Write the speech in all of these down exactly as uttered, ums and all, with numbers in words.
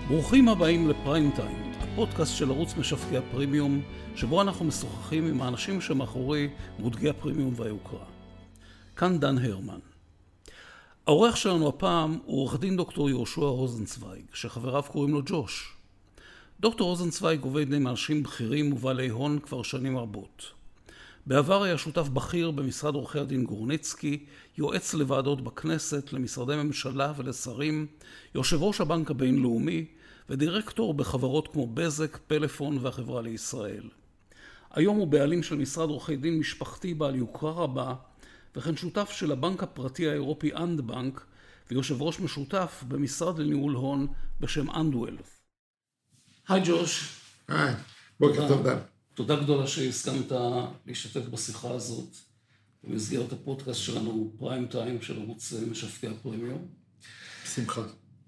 ברוכים הבאים לפריים טיים, הפודקאסט של ערוץ משווקי הפרימיום, שבו אנחנו משוחחים עם האנשים שמאחורי מותגי הפרימיום והיוקרה. כאן דן הרמן. העורך שלנו הפעם הוא עורך דין דוקטור יהושע רוזנצוויג, שחבריו קוראים לו ג'וש. דוקטור רוזנצוויג עובד עם אנשים בכירים ובעלי הון כבר שנים רבות. בעבר היה שותף בכיר במשרד עורכי הדין גורניצקי, יועץ לוועדות בכנסת, למשרדי ממשלה ולשרים, יושב ראש הבנק הבינלאומי ודירקטור בחברות כמו בזק, פלאפון והחברה לישראל. היום הוא בעלים של משרד עורכי דין משפחתי בעל יוקרה רבה, וכן שותף של הבנק הפרטי האירופי אנדבנק, ויושב ראש משותף במשרד לניהול הון בשם אנדוולף. היי ג'וש. היי, בוקר טוב דן. תודה גדולה שהסכמת להשתתף בשיחה הזאת במסגרת הפודקאסט שלנו, פריים טיים של ערוץ משווקי הפרימיום. שמחה.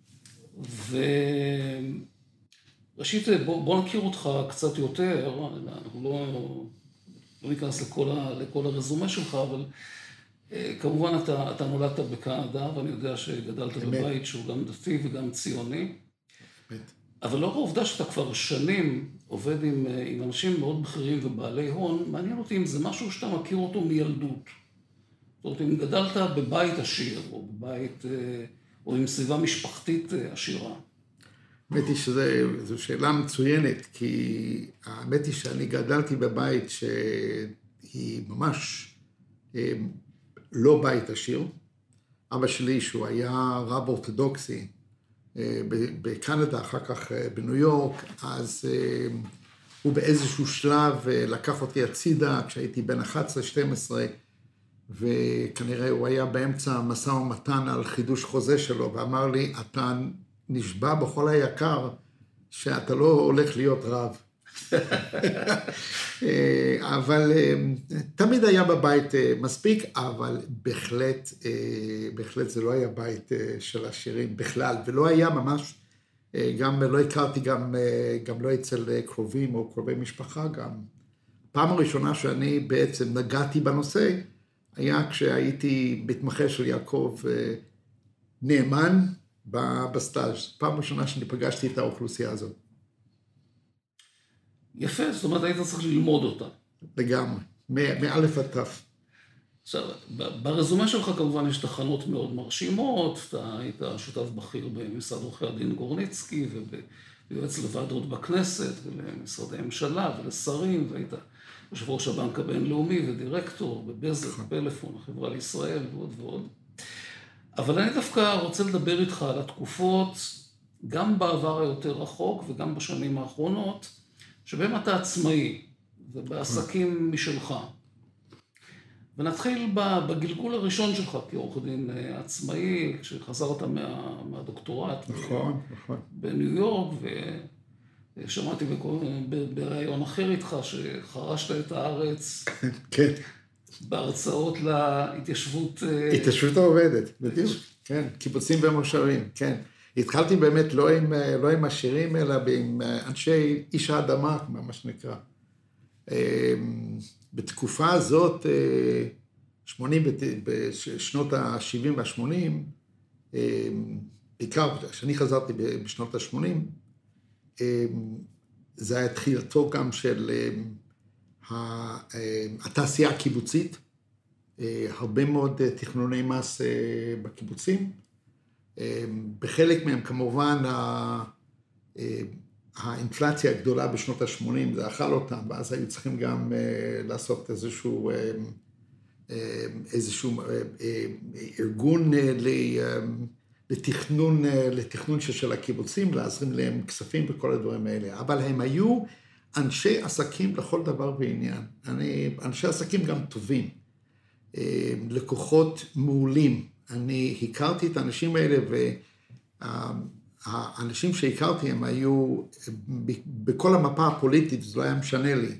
וראשית, בוא, בוא נכיר אותך קצת יותר, אנחנו לא, לא ניכנס לכל, ה, לכל הרזומה שלך, אבל כמובן אתה, אתה נולדת בקנדה, ואני יודע שגדלת בבית שהוא גם דתי וגם ציוני. באמת. אבל לאור העובדה שאתה כבר שנים עובד עם, עם אנשים מאוד בכירים ובעלי הון, מעניין אותי אם זה משהו שאתה מכיר אותו מילדות. זאת אומרת, אם גדלת בבית עשיר, או בבית, או עם סביבה משפחתית עשירה. האמת היא שזו שאלה מצוינת, כי האמת היא שאני גדלתי בבית שהיא ממש לא בית עשיר. אבא שלי, שהוא היה רב אורתודוקסי, בקנדה, אחר כך בניו יורק, אז הוא באיזשהו שלב לקח אותי הצידה כשהייתי בן אחת עשרה שתים עשרה, וכנראה הוא היה באמצע משא ומתן על חידוש חוזה שלו, ואמר לי, אתה נשבע בכל היקר שאתה לא הולך להיות רב. אבל תמיד היה בבית מספיק, אבל בהחלט, בהחלט זה לא היה בית של עשירים בכלל, ולא היה ממש, גם לא הכרתי, גם, גם לא אצל קרובים או קרובי משפחה גם. פעם הראשונה שאני בעצם נגעתי בנושא, היה כשהייתי מתמחה של יעקב נאמן בסטאז'. פעם ראשונה שאני פגשתי את האוכלוסייה הזאת. יפה, זאת אומרת, היית צריך ללמוד אותה. לגמרי, מאלף עד תף. עכשיו, ברזומה שלך כמובן יש תחנות מאוד מרשימות, אתה היית שותף בכיר במשרד עורכי הדין גורניצקי, ויועץ לוועדות בכנסת, ולמשרדי ממשלה, ולשרים, והיית יושב ראש הבנק הבינלאומי, ודירקטור בבזק, פלאפון, החברה לישראל, ועוד ועוד. אבל אני דווקא רוצה לדבר איתך על התקופות, גם בעבר היותר רחוק, וגם בשנים האחרונות, שבהם אתה עצמאי, ובעסקים משלך. ונתחיל בגלגול הראשון שלך כעורך דין עצמאי, כשחזרת מה, מהדוקטורט. נכון, נכון. בניו יורק, ושמעתי בראיון אחר איתך, שחרשת את הארץ. כן. בהרצאות להתיישבות. התיישבות העובדת, בדיוק. כן, קיבוצים ומושבים, כן. התחלתי באמת לא עם, לא עם עשירים, אלא עם אנשי איש האדמה, מה שנקרא. בתקופה הזאת, שמונים, בשנות ה-שבעים וה-שמונים, בעיקר, כשאני חזרתי בשנות ה-שמונים, זה היה תחילתו גם של התעשייה הקיבוצית, הרבה מאוד תכנוני מס בקיבוצים, בחלק מהם כמובן האינפלציה הגדולה בשנות ה-שמונים, זה אכל אותם, ואז היו צריכים גם לעשות איזשהו, איזשהו ארגון לתכנון, לתכנון של הקיבוצים, להזרים להם כספים וכל הדברים האלה, אבל הם היו אנשי עסקים לכל דבר ועניין, אני, אנשי עסקים גם טובים, לקוחות מעולים, אני הכרתי את האנשים האלה, והאנשים שהכרתי הם היו, בכל המפה הפוליטית, זה לא היה משנה לי,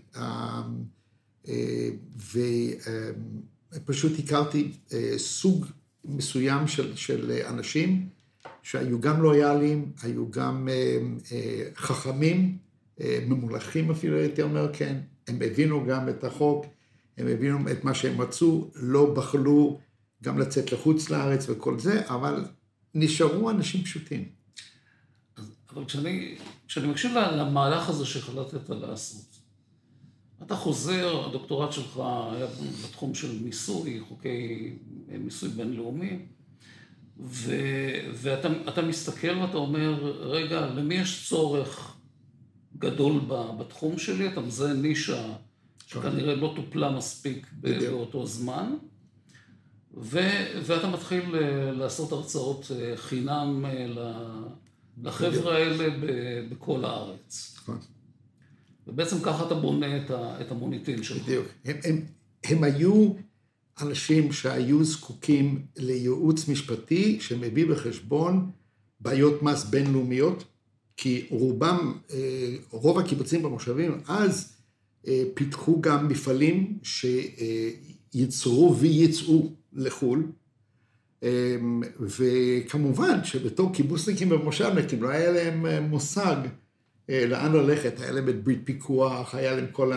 ופשוט הכרתי סוג מסוים של, של אנשים, שהיו גם לויאליים, היו גם חכמים, ממולכים אפילו, הייתי אומר, כן, הם הבינו גם את החוק, הם הבינו את מה שהם רצו, לא בחלו גם לצאת לחוץ לארץ וכל זה, אבל נשארו אנשים פשוטים. אבל כשאני, כשאני מקשיב למהלך הזה שהחלטת לעשות, אתה חוזר, הדוקטורט שלך היה בתחום של מיסוי, חוקי מיסוי בינלאומי, ו, ואתה אתה מסתכל ואתה אומר, רגע, למי יש צורך גדול בתחום שלי? אתה מזהה נישה שכנראה לא טופלה מספיק באותו זמן, ו, ואתה מתחיל לעשות הרצאות חינם לחבר'ה האלה בכל הארץ. נכון. ובעצם ככה אתה בונה את המוניטין שלך. בדיוק. הם, הם, הם היו אנשים שהיו זקוקים לייעוץ משפטי שמביא בחשבון בעיות מס בינלאומיות, כי רובם, רוב הקיבוצים במושבים, אז פיתחו גם מפעלים שייצרו וייצאו לחו"ל, וכמובן שבתור קיבוצניקים במושבניקים לא היה להם מושג לאן ללכת, היה להם את ברית פיקוח, היה להם כל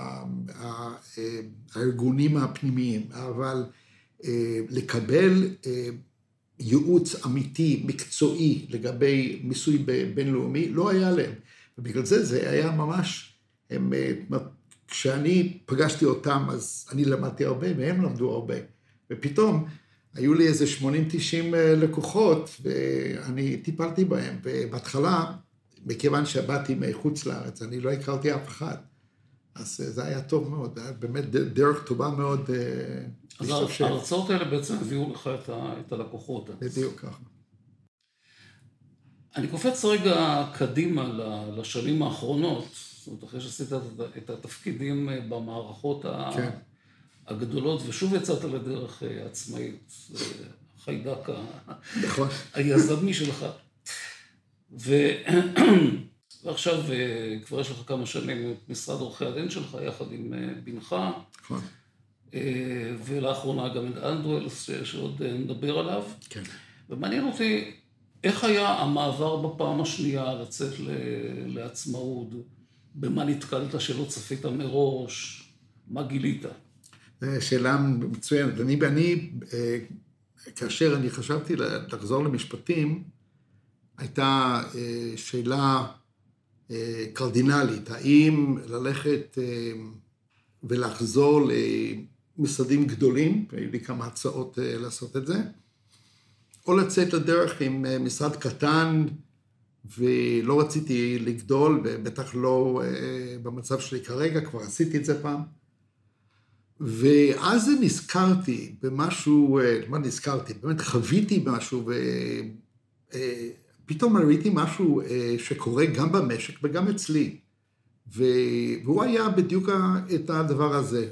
הארגונים הפנימיים, אבל לקבל ייעוץ אמיתי, מקצועי, לגבי מיסוי בינלאומי, לא היה להם. ובגלל זה זה היה ממש, הם, כשאני פגשתי אותם, אז אני למדתי הרבה, והם למדו הרבה. ופתאום היו לי איזה שמונים תשעים לקוחות, ואני טיפלתי בהם, ובהתחלה, מכיוון שבאתי מחוץ לארץ, אני לא הכרתי אף אחד, אז זה היה טוב מאוד, זה היה באמת דרך טובה מאוד. אז ההרצאות האלה בעצם הביאו לך את הלקוחות. בדיוק ככה. אני קופץ רגע קדימה לשנים האחרונות, זאת אומרת, אחרי שעשית את התפקידים במערכות הגדולות, ושוב יצאת לדרך עצמאית, חיידק היזמי שלך. ועכשיו כבר יש לך כמה שנים את משרד עורכי הדין שלך, יחד עם בנך, ולאחרונה גם את אנדרואלס, שעוד נדבר עליו. כן. ומעניין אותי, איך היה המעבר בפעם השנייה לצאת לעצמאות? במה נתקלת שלא צפית מראש? מה גילית? שאלה מצוינת. אני, ואני, כאשר אני חשבתי לחזור למשפטים, הייתה שאלה קרדינלית, האם ללכת ולחזור למשרדים גדולים, והיו לי כמה הצעות לעשות את זה, או לצאת לדרך עם משרד קטן, ולא רציתי לגדול, ובטח לא במצב שלי כרגע, כבר עשיתי את זה פעם. ואז נזכרתי במשהו, מה נזכרתי? באמת חוויתי משהו, ופתאום ראיתי משהו שקורה גם במשק וגם אצלי. והוא היה בדיוק את הדבר הזה,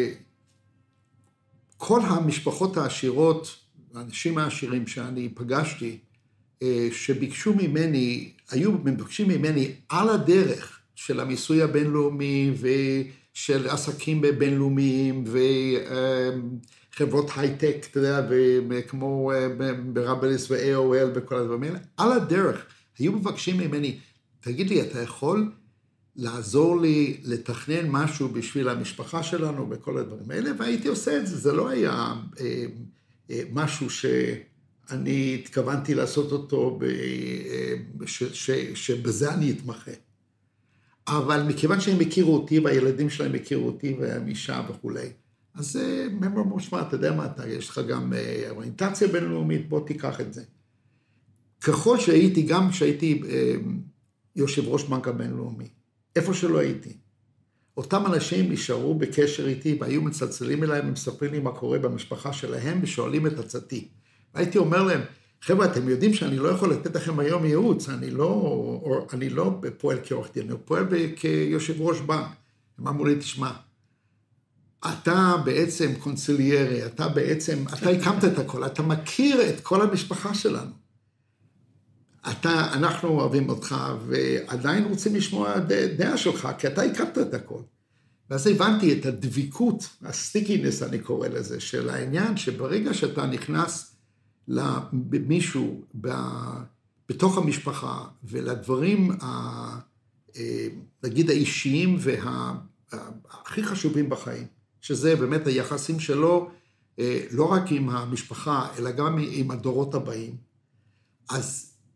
שכל המשפחות העשירות, האנשים העשירים שאני פגשתי, שביקשו ממני, היו מבקשים ממני על הדרך של המיסוי הבינלאומי ושל עסקים בינלאומיים וחברות הייטק, אתה יודע, כמו ברבליס ו-איי או אל וכל הדברים האלה, על הדרך היו מבקשים ממני, תגיד לי, אתה יכול לעזור לי לתכנן משהו בשביל המשפחה שלנו וכל הדברים האלה, והייתי עושה את זה, זה לא היה משהו ש... אני התכוונתי לעשות אותו, ש, ש, שבזה אני אתמחה. אבל מכיוון שהם הכירו אותי, והילדים שלהם הכירו אותי, והם אישה וכו', אז הם אמרו, שמע, אתה יודע מה אתה, יש לך גם אוריינטציה בינלאומית, בוא תיקח את זה. ככל שהייתי, גם שהייתי יושב ראש בנק הבינלאומי, איפה שלא הייתי, אותם אנשים נשארו בקשר איתי, והיו מצלצלים אליי, ומספרים לי מה קורה במשפחה שלהם, ושואלים את עצתי. הייתי אומר להם, חבר'ה, אתם יודעים שאני לא יכול לתת לכם היום ייעוץ, אני לא, או, אני לא פועל כעורך דין, אני פועל כיושב ראש בנק. הם אמרו לי, תשמע, אתה בעצם קונסיליירי, אתה בעצם, אתה הקמת את הכל, אתה מכיר את כל המשפחה שלנו. אתה, אנחנו אוהבים אותך, ועדיין רוצים לשמוע דעה שלך, כי אתה הקמת את הכל. ואז הבנתי את הדביקות, הסטיקינס אני קורא לזה, של העניין שברגע שאתה נכנס למישהו בתוך המשפחה, ולדברים, נגיד, האישיים והכי חשובים בחיים, שזה באמת היחסים שלו, לא רק עם המשפחה, אלא גם עם הדורות הבאים. אז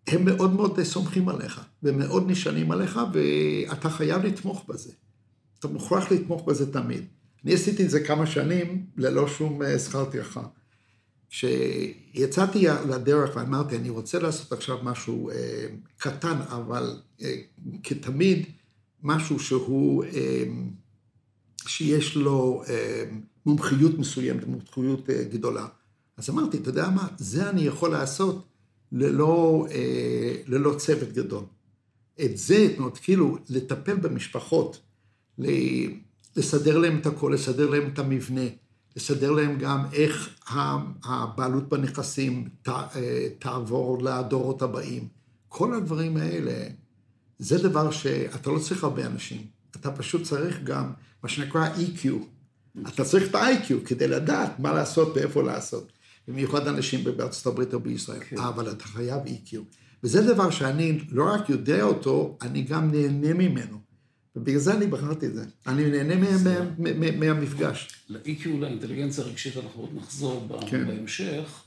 הם מאוד מאוד סומכים עליך, ומאוד נשענים עליך, ואתה חייב לתמוך בזה. אתה מוכרח לתמוך בזה תמיד. אני עשיתי את זה כמה שנים, ללא שום שכר טרחה. כשיצאתי לדרך ואמרתי, אני רוצה לעשות עכשיו משהו אה, קטן, אבל אה, כתמיד משהו שהוא, אה, שיש לו אה, מומחיות מסוימת, מומחיות אה, גדולה. אז אמרתי, אתה יודע מה, זה אני יכול לעשות ללא, אה, ללא צוות גדול. את זה, זאת אומרת, כאילו, לטפל במשפחות, לסדר להם את הכל, לסדר להם את המבנה, לסדר להם גם איך הבעלות בנכסים תעבור לדורות הבאים. כל הדברים האלה, זה דבר שאתה לא צריך הרבה אנשים. אתה פשוט צריך גם מה שנקרא אי קיו. אתה צריך את ה-איי קיו כדי לדעת מה לעשות ואיפה לעשות. במיוחד אנשים בארצות הברית או בישראל. Okay. אבל אתה חייב אי קיו. וזה דבר שאני לא רק יודע אותו, אני גם נהנה ממנו. ובגלל זה אני בחרתי את זה. אני נהנה מהמפגש. ל-אי קיו, לאינטליגנציה הרגשית, אנחנו עוד נחזור בהמשך.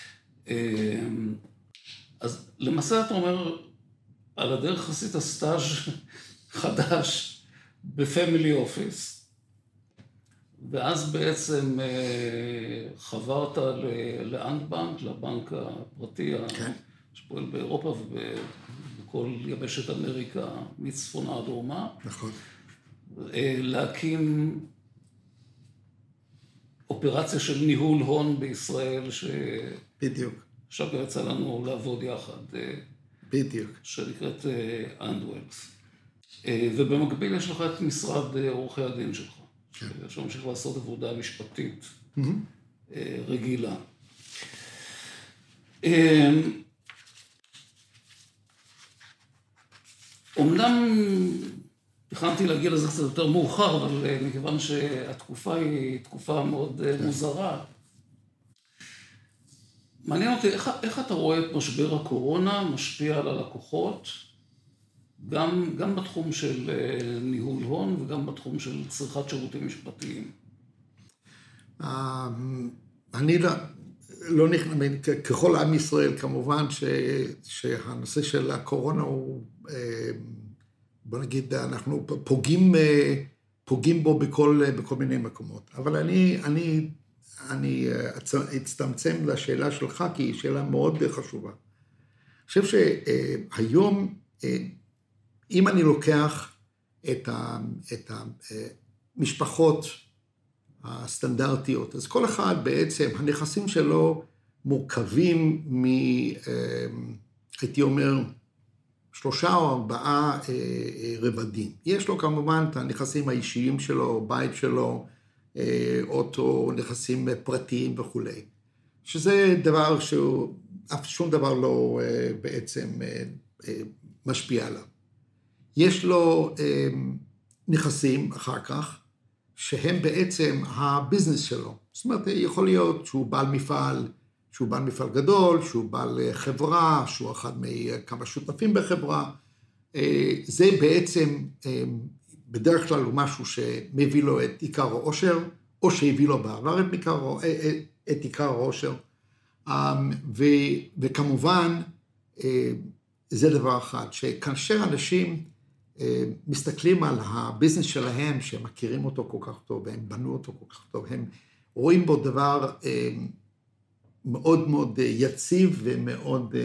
אז למעשה אתה אומר, על הדרך עשית סטאז' חדש בפמילי אופיס, ואז בעצם חברת לאנטבנק, לבנק הפרטי שפועל באירופה ובכל יבשת אמריקה מצפונה עד דרומה. נכון. להקים אופרציה של ניהול הון בישראל, ש... בדיוק. עכשיו גם יצא לנו לעבוד יחד. בדיוק. שנקראת אנדוולס. ובמקביל יש לך את משרד עורכי הדין שלך. כן. שממשיך לעשות עבודה משפטית mm-hmm. רגילה. אומנם תכננתי להגיע לזה קצת יותר מאוחר, אבל מכיוון שהתקופה היא תקופה מאוד מוזרה, מעניין אותי, איך, איך אתה רואה את משבר הקורונה משפיע על הלקוחות, גם, גם בתחום של ניהול הון וגם בתחום של צריכת שירותים משפטיים? אני לא, לא נכנס, ככל עם ישראל כמובן ש, שהנושא של הקורונה הוא, בוא נגיד, אנחנו פוגעים, פוגעים בו בכל, בכל מיני מקומות. אבל אני, אני, אני אצטמצם לשאלה שלך, כי היא שאלה מאוד חשובה. אני חושב שהיום, אם אני לוקח את המשפחות הסטנדרטיות, אז כל אחד בעצם, הנכסים שלו מורכבים מ, הייתי אומר, שלושה או ארבעה רבדים. יש לו כמובן את הנכסים האישיים שלו, בית שלו, אוטו, נכסים פרטיים וכו'. שזה דבר שהוא, אף שום דבר לא בעצם משפיע עליו. יש לו נכסים אחר כך, שהם בעצם הביזנס שלו. זאת אומרת, יכול להיות שהוא בעל מפעל, שהוא בעל מפעל גדול, שהוא בעל חברה, שהוא אחד מכמה שותפים בחברה. זה בעצם בדרך כלל הוא משהו שמביא לו את עיקר העושר, או שהביא לו בעבר את עיקר, את עיקר העושר. ו, וכמובן, זה דבר אחד, שכאשר אנשים מסתכלים על הביזנס שלהם, שהם מכירים אותו כל כך טוב, והם בנו אותו כל כך טוב, הם רואים בו דבר מאוד מאוד יציב ומאוד,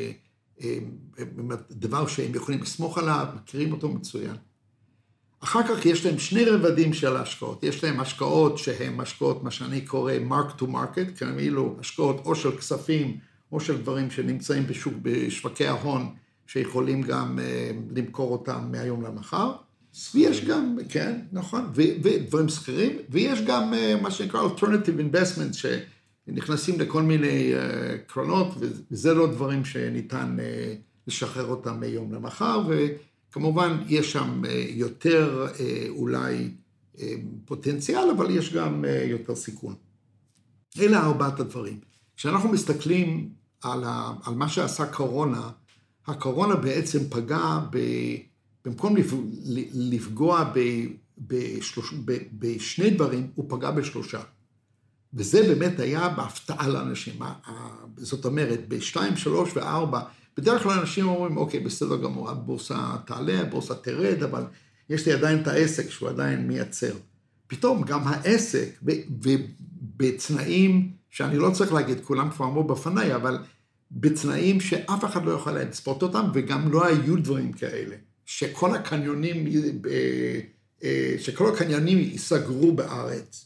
דבר שהם יכולים לסמוך עליו, מכירים אותו מצוין. אחר כך יש להם שני רבדים של ההשקעות. יש להם השקעות שהן השקעות, מה שאני קורא mark to market, כאילו השקעות או של כספים או של דברים שנמצאים בשוק, בשווקי ההון, שיכולים גם למכור אותם מהיום למחר. ויש גם, כן, נכון, ודברים סחירים, ויש גם מה שנקרא alternative investment, שנכנסים לכל מיני קרנות, וזה לא דברים שניתן לשחרר אותם מהיום למחר, וכמובן יש שם יותר אולי פוטנציאל, אבל יש גם יותר סיכון. אלה ארבעת הדברים. כשאנחנו מסתכלים על, ה, על מה שעשה קורונה, הקורונה בעצם פגע, ב, במקום לפגוע ב, בשלוש, ב, בשני דברים, הוא פגע בשלושה. וזה באמת היה בהפתעה לאנשים. זאת אומרת, בשתיים, שלוש וארבע, בדרך כלל אנשים אומרים, אוקיי, בסדר גמור, הבורסה תעלה, הבורסה תרד, אבל יש לי עדיין את העסק שהוא עדיין מייצר. פתאום גם העסק, ובתנאים שאני לא צריך להגיד, כולם כבר אמרו בפניי, אבל בתנאים שאף אחד לא יכול לצפות אותם, וגם לא היו דברים כאלה. שכל הקניונים, שכל הקניונים ייסגרו בארץ,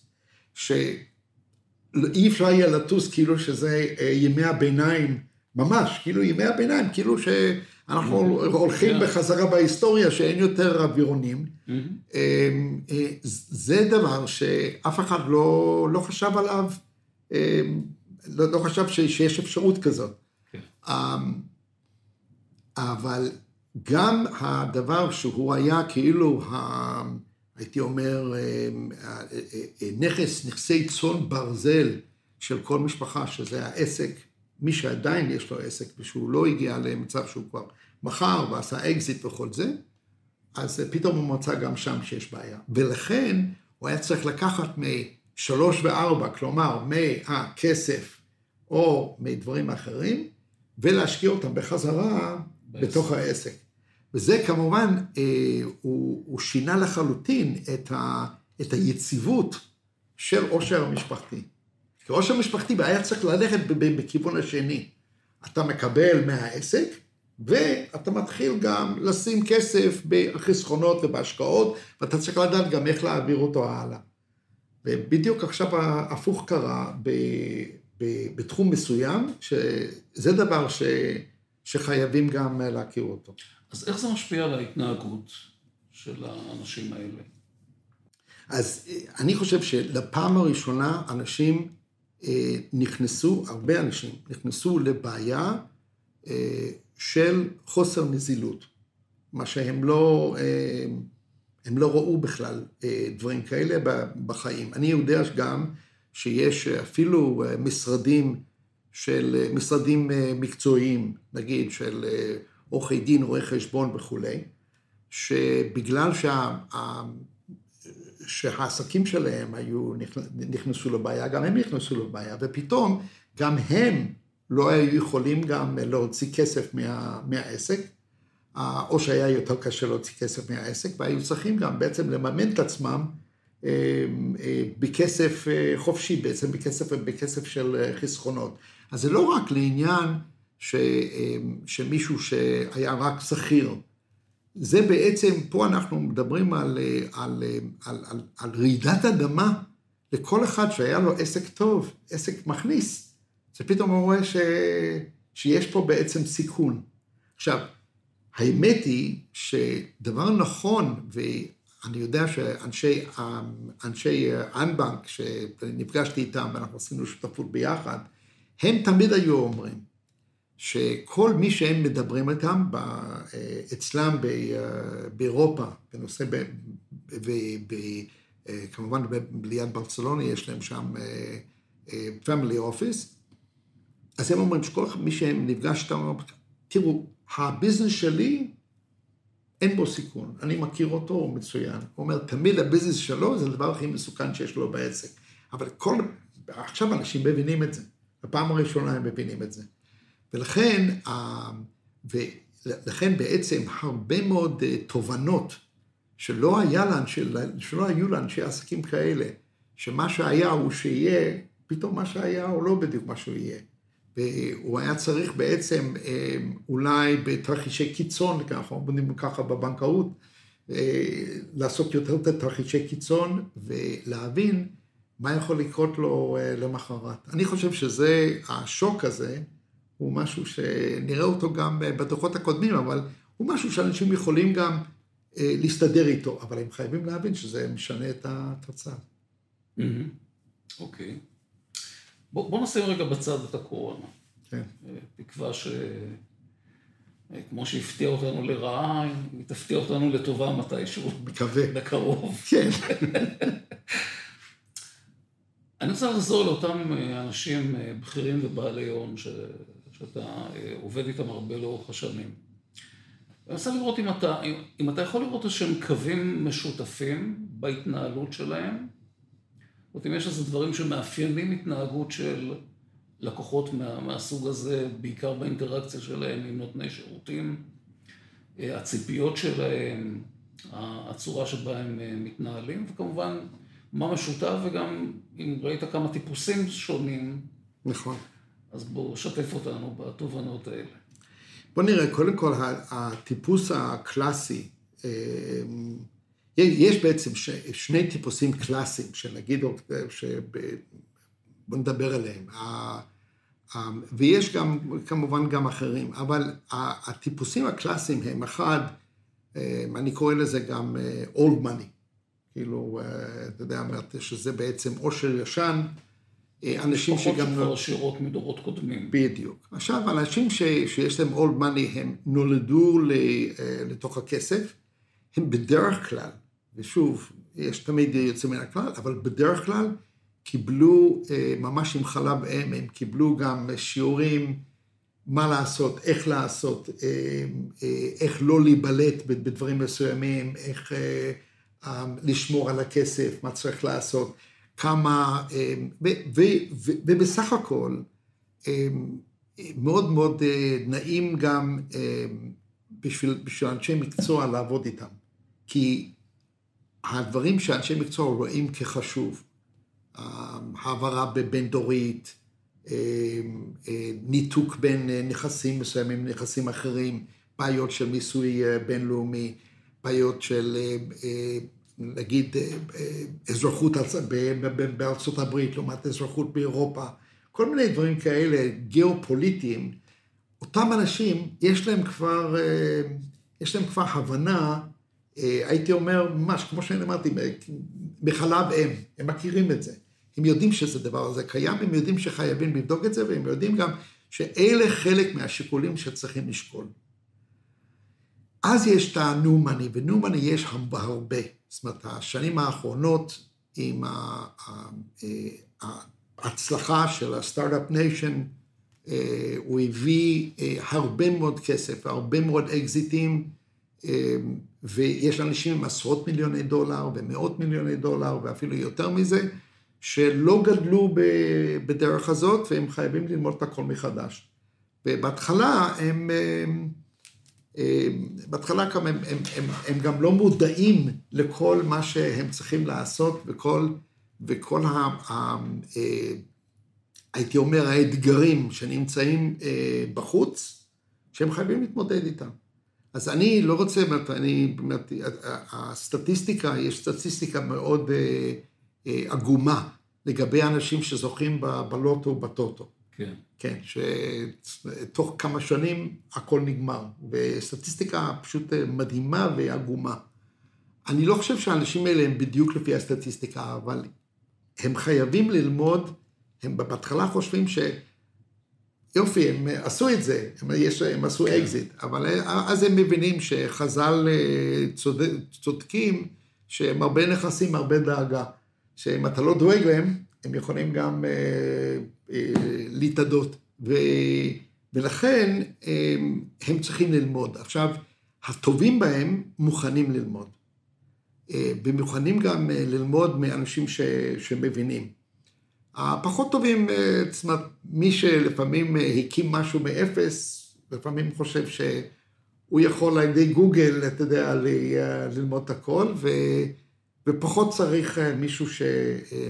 שאי אפשר יהיה לטוס כאילו שזה ימי הביניים, ממש, כאילו ימי הביניים, כאילו שאנחנו הולכים בחזרה בהיסטוריה, שאין יותר אווירונים. זה דבר שאף אחד לא, לא חשב עליו, לא, לא חשב שיש אפשרות כזאת. אבל גם הדבר שהוא היה כאילו, הייתי אומר, נכס, נכסי צאן ברזל של כל משפחה, שזה העסק, מי שעדיין יש לו עסק, ושהוא לא הגיע למצב שהוא כבר מכר ועשה אקזיט וכל זה, אז פתאום הוא מצא גם שם שיש בעיה. ולכן הוא היה צריך לקחת משלוש וארבע, כלומר, מהכסף או מדברים אחרים, ולהשקיע אותם בחזרה בעסק. בתוך העסק. וזה כמובן, הוא, הוא שינה לחלוטין את, ה, את היציבות של עושר המשפחתי. כי עושר משפחתי היה צריך ללכת בכיוון השני. אתה מקבל מהעסק, ואתה מתחיל גם לשים כסף בחסכונות ובהשקעות, ואתה צריך לדעת גם איך להעביר אותו הלאה. ובדיוק עכשיו ההפוך קרה ב, ב, בתחום מסוים, שזה דבר ש, שחייבים גם להכיר אותו. אז איך זה משפיע על ההתנהגות של האנשים האלה? אז אני חושב שלפעם הראשונה אנשים נכנסו, הרבה אנשים נכנסו לבעיה של חוסר נזילות, מה שהם לא, הם לא ראו בכלל דברים כאלה בחיים. אני יודע גם שיש אפילו משרדים של, משרדים מקצועיים, נגיד של עורכי דין, רואי חשבון וכו', שבגלל שה, שהעסקים שלהם היו, נכנסו לבעיה, גם הם נכנסו לבעיה, ופתאום גם הם לא היו יכולים גם להוציא כסף מה, מהעסק, או שהיה יותר קשה להוציא כסף מהעסק, והיו צריכים גם בעצם לממן את עצמם בכסף חופשי, בעצם בכסף, בכסף של חסכונות. אז זה לא רק לעניין ש, שמישהו שהיה רק שכיר, זה בעצם, פה אנחנו מדברים על, על, על, על, על רעידת אדמה לכל אחד שהיה לו עסק טוב, עסק מכניס. זה פתאום הוא רואה ש, שיש פה בעצם סיכון. עכשיו, האמת היא שדבר נכון, ואני יודע שאנשי אנשי אנבנק, שנפגשתי איתם ואנחנו עשינו שותפות ביחד, הם תמיד היו אומרים, שכל מי שהם מדברים איתם, אצלם באירופה, בנושא, וכמובן ליד ברצלונה, יש להם שם family office, אז הם אומרים שכל מי שהם נפגש איתם, תראו, הביזנס שלי אין בו סיכון, אני מכיר אותו, הוא מצוין. הוא אומר, תמיד הביזנס שלו זה הדבר הכי מסוכן שיש לו בעסק. אבל כל, עכשיו אנשים מבינים את זה, בפעם הראשונה הם מבינים את זה. ולכן, ולכן בעצם הרבה מאוד תובנות שלא היה לאנשי, שלא היו לאנשי עסקים כאלה, שמה שהיה הוא שיהיה, פתאום מה שהיה הוא לא בדיוק מה שהוא יהיה. והוא היה צריך בעצם אולי בתרחישי קיצון, אנחנו אומרים ככה בבנקאות, לעשות יותר את תרחישי קיצון ולהבין מה יכול לקרות לו למחרת. אני חושב שזה, השוק הזה, הוא משהו שנראה אותו גם בדוחות הקודמים, אבל הוא משהו שאנשים יכולים גם להסתדר איתו, אבל הם חייבים להבין שזה משנה את התוצאה. אוקיי. בוא נשים רגע בצד את הקורונה. כן. תקווה ש... כמו שהפתיע אותנו לרעה, היא תפתיע אותנו לטובה מתישהו. מקווה. בקרוב. כן. אני רוצה לחזור לאותם אנשים בכירים ובעלי הון ש... שאתה עובד איתם הרבה לאורך השנים. אני רוצה לראות אם אתה, אם אתה יכול לראות איזשהם קווים משותפים בהתנהלות שלהם, זאת אומרת, אם יש איזה דברים שמאפיינים התנהגות של לקוחות מה, מהסוג הזה, בעיקר באינטראקציה שלהם עם נותני שירותים, הציפיות שלהם, הצורה שבה הם מתנהלים, וכמובן מה משותף, וגם אם ראית כמה טיפוסים שונים, נכון. אז בואו שתף אותנו בתובנות האלה. בוא נראה, קודם כל, הטיפוס הקלאסי, יש בעצם שני טיפוסים קלאסיים, שנגיד, בוא נדבר עליהם, ויש גם, כמובן גם אחרים, אבל הטיפוסים הקלאסיים הם אחד, אני קורא לזה גם old money, כאילו, אתה יודע, שזה בעצם עושר ישן, אנשים שגם... משפחות שכבר עשירות מדורות קודמים. בדיוק. עכשיו, אנשים ש, שיש להם old money, הם נולדו לתוך הכסף, הם בדרך כלל, ושוב, יש תמיד יוצא מן הכלל, אבל בדרך כלל קיבלו, ממש עם חלב אם, הם קיבלו גם שיעורים, מה לעשות, איך לעשות, איך לא להיבלט בדברים מסוימים, איך לשמור על הכסף, מה צריך לעשות. כמה, ו, ו, ו, ובסך הכל, מאוד מאוד נעים גם בשביל, בשביל אנשי מקצוע לעבוד איתם. כי הדברים שאנשי מקצוע רואים כחשוב, העברה בין דורית, ניתוק בין נכסים מסוימים, נכסים אחרים, בעיות של מיסוי בינלאומי, בעיות של... נגיד, אזרחות בארצות הברית, לעומת אזרחות באירופה, כל מיני דברים כאלה, גיאופוליטיים, אותם אנשים, יש להם כבר, יש להם כבר הבנה, הייתי אומר, ממש, כמו שאני אמרתי, בחלב אם, הם מכירים את זה. הם יודעים שזה דבר הזה קיים, הם יודעים שחייבים לבדוק את זה, והם יודעים גם שאלה חלק מהשיקולים שצריכים לשקול. אז יש את ה-new money, ו-new money יש הרבה. זאת אומרת, השנים האחרונות, עם ההצלחה של הסטארט-אפ ניישן, הוא הביא הרבה מאוד כסף, הרבה מאוד אקזיטים, ויש אנשים עם עשרות מיליוני דולר, ומאות מיליוני דולר, ואפילו יותר מזה, שלא גדלו בדרך הזאת, והם חייבים ללמוד את הכל מחדש. ובהתחלה הם... בהתחלה גם הם, הם, הם, הם גם לא מודעים לכל מה שהם צריכים לעשות, וכל, וכל ה, ה, הייתי אומר, האתגרים שנמצאים בחוץ, שהם חייבים להתמודד איתם. אז אני לא רוצה, אני, הסטטיסטיקה, יש סטטיסטיקה מאוד עגומה, לגבי אנשים שזוכים בלוטו ובטוטו. כן. כן, שתוך כמה שנים הכל נגמר, וסטטיסטיקה פשוט מדהימה ועגומה. אני לא חושב שהאנשים האלה הם בדיוק לפי הסטטיסטיקה, אבל הם חייבים ללמוד, הם בהתחלה חושבים שיופי, הם עשו את זה, הם, יש, הם עשו אקזיט, אבל אז הם מבינים שחז"ל צודק, צודקים, שהם הרבה נכסים, הרבה דאגה, שאם אתה לא דואג להם, הם יכולים גם אה, אה, להתעדות, ו, ולכן אה, הם צריכים ללמוד. עכשיו, הטובים בהם מוכנים ללמוד, אה, ומוכנים גם אה, ללמוד מאנשים ש, שמבינים. הפחות טובים, אה, זאת אומרת, מי שלפעמים אה, הקים משהו מאפס, לפעמים חושב שהוא יכול על ידי גוגל, אתה יודע, ל, אה, ללמוד את הכל, ו, ופחות צריך אה, מישהו ש... אה,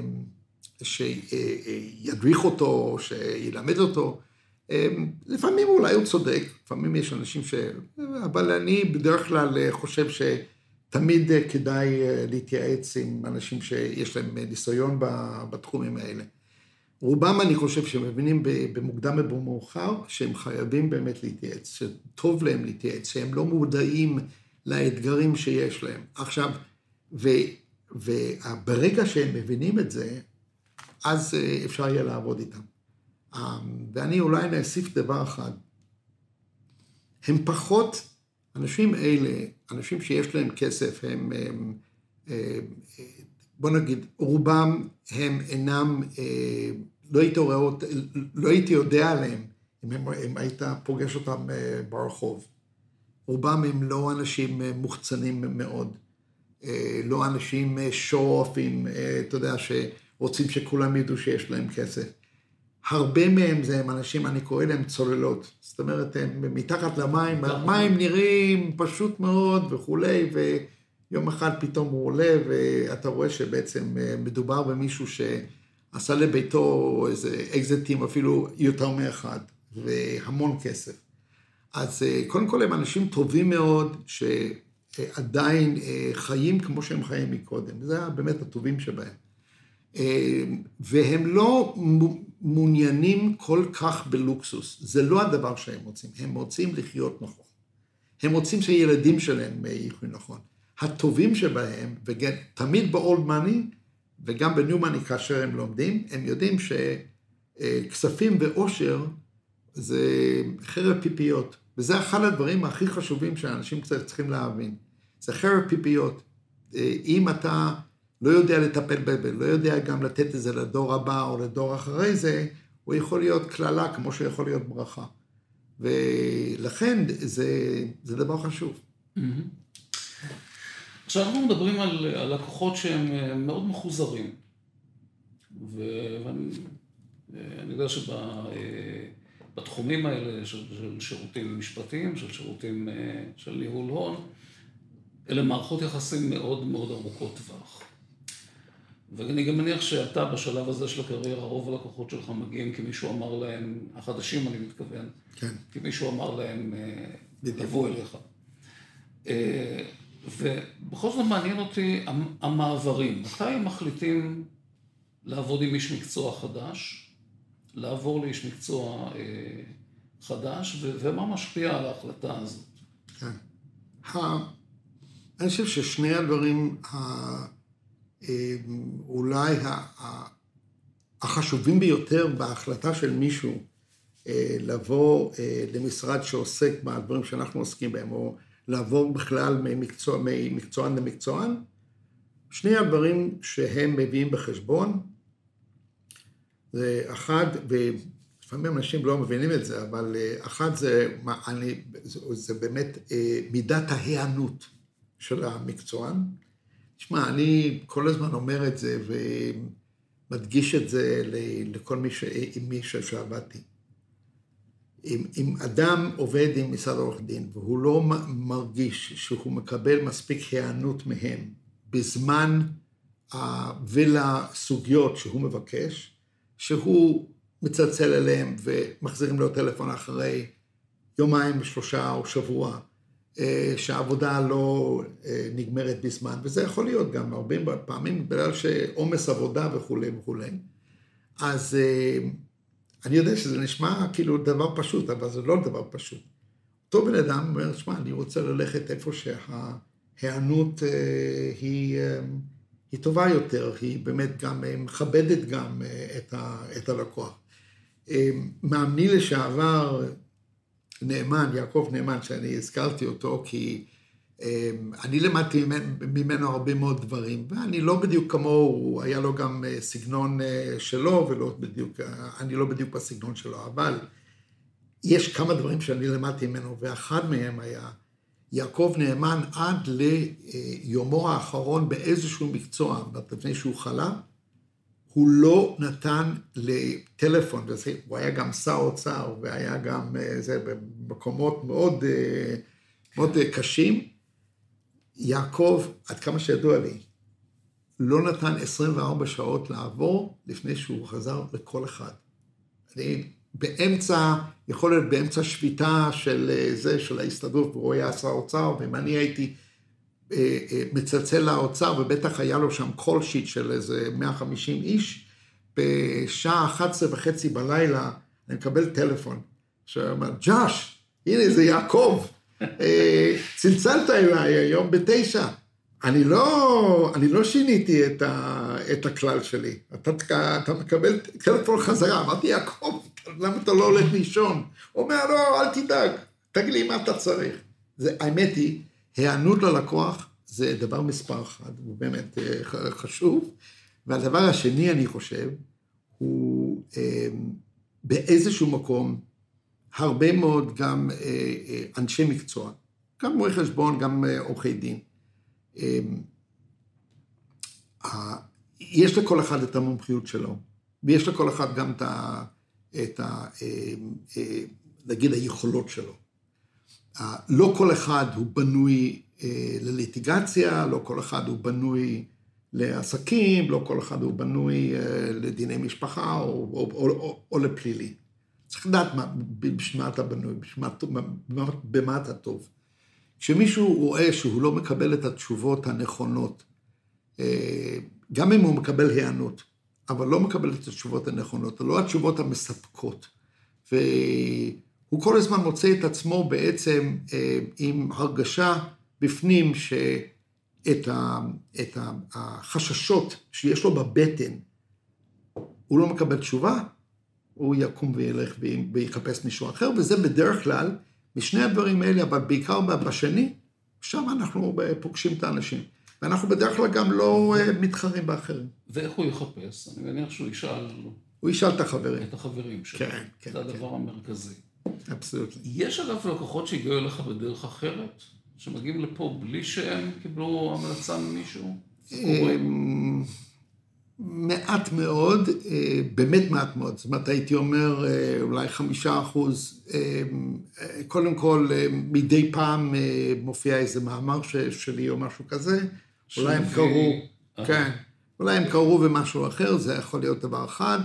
שידריך אותו, שילמד אותו. לפעמים אולי הוא צודק, לפעמים יש אנשים ש... אבל אני בדרך כלל חושב שתמיד כדאי להתייעץ עם אנשים שיש להם ניסיון בתחומים האלה. רובם אני חושב שמבינים במוקדם ובמאוחר, שהם חייבים באמת להתייעץ, שטוב להם להתייעץ, שהם לא מודעים לאתגרים שיש להם. עכשיו, ו... וברגע שהם מבינים את זה, אז אפשר יהיה לעבוד איתם. ואני אולי נאסיף דבר אחד. הם פחות, אנשים אלה, אנשים שיש להם כסף, הם, הם בוא נגיד, רובם הם אינם, לא הייתי, רואה, לא הייתי יודע עליהם, אם, הם, אם היית פוגש אותם ברחוב. רובם הם לא אנשים מוחצנים מאוד, לא אנשים שואו-אופים, אתה יודע, שרוצים שכולם ידעו שיש להם כסף. הרבה מהם זה הם אנשים, אני קורא להם צוללות. זאת אומרת, הם מתחת למים, המים נראים פשוט מאוד וכולי, ויום אחד פתאום הוא עולה, ואתה רואה שבעצם מדובר במישהו שעשה לביתו איזה אקזיטים, אפילו יותר מאחד, והמון כסף. אז קודם כל הם אנשים טובים מאוד, שעדיין חיים כמו שהם חיים מקודם. זה באמת הטובים שבהם. והם לא מעוניינים כל כך בלוקסוס. זה לא הדבר שהם רוצים. הם רוצים לחיות נכון. הם רוצים שילדים שלהם יחיו נכון. הטובים שבהם, ותמיד ב-old money, וגם ב-new money כאשר הם לומדים, הם יודעים שכספים ואושר זה חרב פיפיות. וזה אחד הדברים הכי חשובים שאנשים קצת צריכים להבין. זה חרב פיפיות. אם אתה לא יודע לטפל בזה, לא יודע גם לתת את זה לדור הבא או לדור אחרי זה, הוא יכול להיות כללה כמו שיכול להיות ברכה. ולכן זה, זה דבר חשוב. עכשיו אנחנו מדברים על, על לקוחות שהם מאוד מחוזרים. ואני יודע שבתחומים האלה של, של שירותים משפטיים, של שירותים של ניהול הון, אלה מערכות יחסים מאוד מאוד ארוכות טווח. ואני גם מניח שאתה בשלב הזה של הקריירה, רוב הלקוחות שלך מגיעים כי מישהו אמר להם, החדשים אני מתכוון, כן. כי מישהו אמר להם, לבוא אליך. ובכל זאת מעניין אותי המעברים. מתי הם מחליטים לעבוד עם איש מקצוע חדש, לעבור לאיש מקצוע חדש, ומה משפיע על ההחלטה הזאת? כן. אני חושב ששני הדברים אולי החשובים ביותר בהחלטה של מישהו לבוא למשרד שעוסק בדברים שאנחנו עוסקים בהם, או לעבור בכלל ממקצוע, ממקצוען למקצוען, שני הדברים שהם מביאים בחשבון, זה אחד, ולפעמים אנשים לא מבינים את זה, אבל אחד זה, אני, זה באמת מידת ההיענות של המקצוען. תשמע, אני כל הזמן אומר את זה ומדגיש את זה לכל מי, ש... עם מי שעבדתי. אם, אם אדם עובד עם משרד עורך דין והוא לא מרגיש שהוא מקבל מספיק היענות מהם בזמן ולסוגיות שהוא מבקש, שהוא מצלצל אליהם ומחזירים לו טלפון אחרי יומיים, שלושה או שבוע, שהעבודה לא נגמרת בזמן, וזה יכול להיות גם הרבה פעמים בגלל שעומס עבודה וכו' וכו'. אז אני יודע שזה נשמע כאילו דבר פשוט, אבל זה לא דבר פשוט. אותו בן אדם אומר, שמע, אני רוצה ללכת איפה שההיענות היא, היא טובה יותר, היא באמת גם מכבדת גם את, ה, את הלקוח. מאמני לשעבר, נאמן, יעקב נאמן, שאני הזכרתי אותו, כי אני למדתי ממנו הרבה מאוד דברים, ואני לא בדיוק כמוהו, היה לו גם סגנון שלו, ולא בדיוק, אני לא בדיוק בסגנון שלו, אבל יש כמה דברים שאני למדתי ממנו, ואחד מהם היה, יעקב נאמן עד ליומו האחרון באיזשהו מקצוע, לפני שהוא חלה, הוא לא נתן לטלפון, וזה, הוא היה גם שר אוצר, והיה גם זה, במקומות מאוד, מאוד קשים. יעקב, עד כמה שידוע לי, לא נתן עשרים וארבע שעות לעבור, לפני שהוא חזר לכל אחד. אני באמצע, יכול להיות באמצע שביתה של זה, של ההסתדרות, והוא היה שר אוצר, ואם אני הייתי מצלצל לאוצר, ובטח היה לו שם קול שיט של איזה מאה וחמישים איש, בשעה אחת עשרה וחצי בלילה, אני מקבל טלפון, שאומר, ג'וש, הנה זה יעקב, צלצלת אליי היום בתשע, אני לא, אני לא שיניתי את, ה, את הכלל שלי, אתה, אתה מקבל טלפון חזרה, אמרתי, יעקב, למה אתה לא הולך לישון? הוא אומר, לא, אל תדאג, תגיד לי מה אתה צריך. זה, האמת היא, היענות ללקוח זה דבר מספר אחד, הוא באמת חשוב, והדבר השני, אני חושב, הוא באיזשהו מקום, הרבה מאוד גם אנשי מקצוע, גם רואי חשבון, גם עורכי דין. יש לכל אחד את המומחיות שלו, ויש לכל אחד גם את את ה... נגיד היכולות שלו. לא כל אחד הוא בנוי לליטיגציה, לא כל אחד הוא בנוי לעסקים, לא כל אחד הוא בנוי לדיני משפחה או, או, או, או, או לפלילי. צריך לדעת בשמה אתה בנוי, בשמה, במה, במה אתה טוב. כשמישהו רואה שהוא לא מקבל את התשובות הנכונות, גם אם הוא מקבל הענות, אבל לא מקבל את התשובות הנכונות, לא התשובות המספקות, והוא כל הזמן מוצא את עצמו בעצם עם הרגשה בפנים שאת החששות שיש לו בבטן, הוא לא מקבל תשובה, הוא יקום וילך ויחפש מישהו אחר, וזה בדרך כלל, משני הדברים האלה, אבל בעיקר בשני, שם אנחנו פוגשים את האנשים. ואנחנו בדרך כלל גם לא מתחרים באחרים. ואיך הוא יחפש? אני מניח שהוא ישאל... הוא ישאל את החברים. את החברים שלו. כן, כן. זה הדבר כן. המרכזי. אבסולוטלי. יש אגב לקוחות שהגיעו אליך בדרך אחרת? שמגיעים לפה בלי שהם קיבלו המלצה ממישהו? מעט מאוד, באמת מעט מאוד. זאת אומרת, הייתי אומר, אולי חמישה אחוז. קודם כל, מדי פעם מופיע איזה מאמר שלי או משהו כזה. אולי הם קראו, כן, אולי הם קראו ומשהו אחר, זה יכול להיות דבר אחד.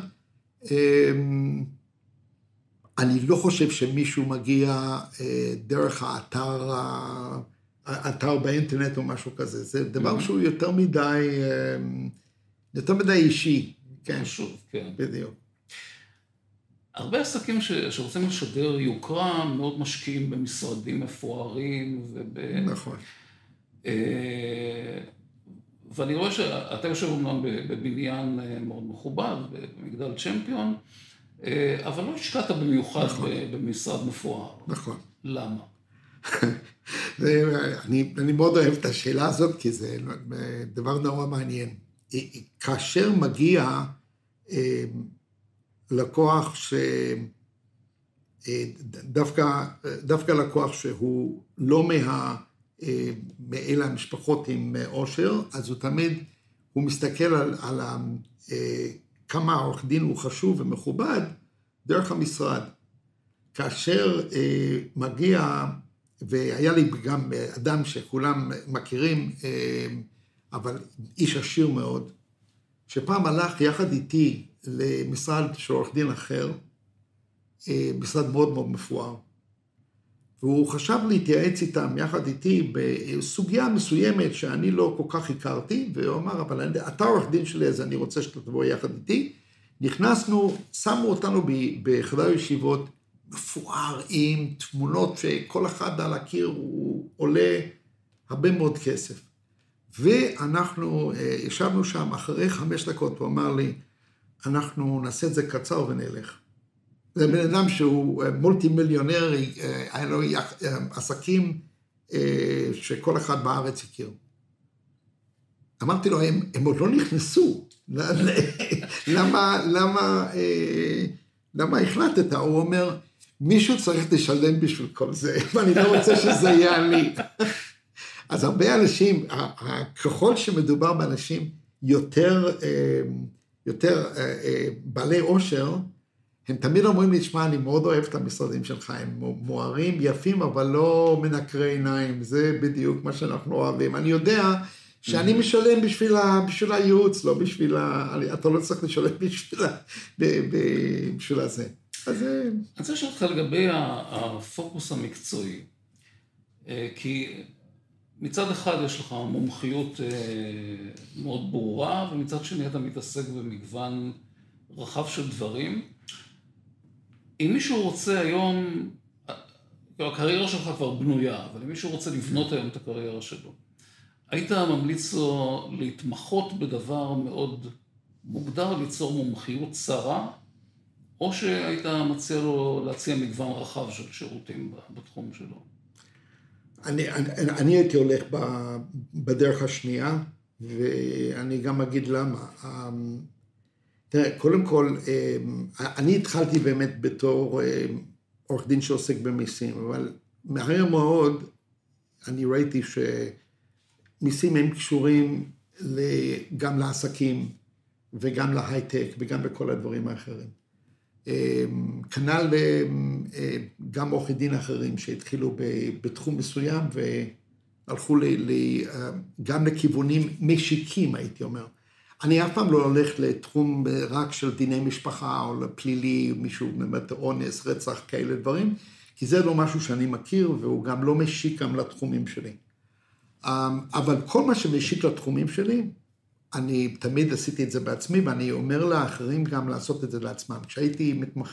אני לא חושב שמישהו מגיע דרך האתר, האתר באינטרנט או משהו כזה. זה דבר שהוא יותר מדי... יותר מדי אישי, כן. חשוב, כן. בדיוק. הרבה עסקים ש... שרוצים לשדר יוקרה, מאוד משקיעים במשרדים מפוארים וב... נכון. ואני רואה שאתה יושב אומנם בבניין מאוד מכובד, במגדל צ'מפיון, אבל לא השקעת במיוחד נכון. במשרד מפואר. נכון. למה? אני, אני מאוד אוהב את השאלה הזאת, כי זה דבר נורא מעניין. כאשר מגיע לקוח ש... דווקא, דווקא לקוח שהוא לא מה... מאלה המשפחות עם עושר, אז הוא תמיד, הוא מסתכל על, על כמה העורך דין הוא חשוב ומכובד דרך המשרד. כאשר מגיע, והיה לי גם אדם שכולם מכירים, אבל איש עשיר מאוד, שפעם הלך יחד איתי למשרד של עורך דין אחר, משרד מאוד מאוד מפואר, והוא חשב להתייעץ איתם יחד איתי בסוגיה מסוימת שאני לא כל כך הכרתי, והוא אמר, אבל אתה עורך דין שלי, אז אני רוצה שאתה תבוא יחד איתי. נכנסנו, שמו אותנו בחדר ישיבות מפואר עם תמונות שכל אחד על הקיר הוא עולה הרבה מאוד כסף. ואנחנו ישבנו שם אחרי חמש דקות, הוא אמר לי, אנחנו נעשה את זה קצר ונלך. זה בן אדם שהוא מולטי מיליונר, היה לו עסקים שכל אחד בארץ הכיר. אמרתי לו, הם, הם עוד לא נכנסו, למה, למה, למה החלטת? הוא אומר, מישהו צריך לשלם בשביל כל זה, ואני לא רוצה שזה יהיה לי. אז הרבה אנשים, ככל שמדובר באנשים יותר, יותר בעלי עושר, הם תמיד אומרים לי, תשמע, אני מאוד אוהב את המשרדים שלך, הם מוארים, יפים, אבל לא מנקרי עיניים, זה בדיוק מה שאנחנו אוהבים. אני יודע שאני משלם בשביל, ה, בשביל הייעוץ, לא בשביל ה... אתה לא צריך לשלם בשביל, ה, בשביל הזה. אז... אני רוצה לשאול אותך לגבי הפוקוס המקצועי, כי מצד אחד יש לך מומחיות מאוד ברורה, ומצד שני אתה מתעסק במגוון רחב של דברים. אם מישהו רוצה היום, הקריירה שלך כבר בנויה, אבל אם מישהו רוצה לבנות היום את הקריירה שלו, היית ממליץ לו להתמחות בדבר מאוד מוגדר, ליצור מומחיות צרה, או שהיית מציע לו להציע מגוון רחב של שירותים בתחום שלו? אני, אני, אני הייתי הולך בדרך השנייה, ואני גם אגיד למה. תראה, קודם כל, אני התחלתי באמת בתור עורך דין שעוסק במיסים, אבל מהר מאוד אני ראיתי שמיסים הם קשורים גם לעסקים, וגם להייטק, וגם לכל הדברים האחרים. כנ"ל גם עורכי דין אחרים שהתחילו בתחום מסוים והלכו גם לכיוונים משיקים, הייתי אומר. אני אף פעם לא הולך לתחום רק של דיני משפחה או לפלילי, מישהו באמת אונס, רצח, כאלה דברים, כי זה לא משהו שאני מכיר והוא גם לא משיק גם לתחומים שלי. אבל כל מה שמשיק לתחומים שלי, אני תמיד עשיתי את זה בעצמי, ואני אומר לאחרים גם לעשות את זה לעצמם. כשהייתי מתמחה,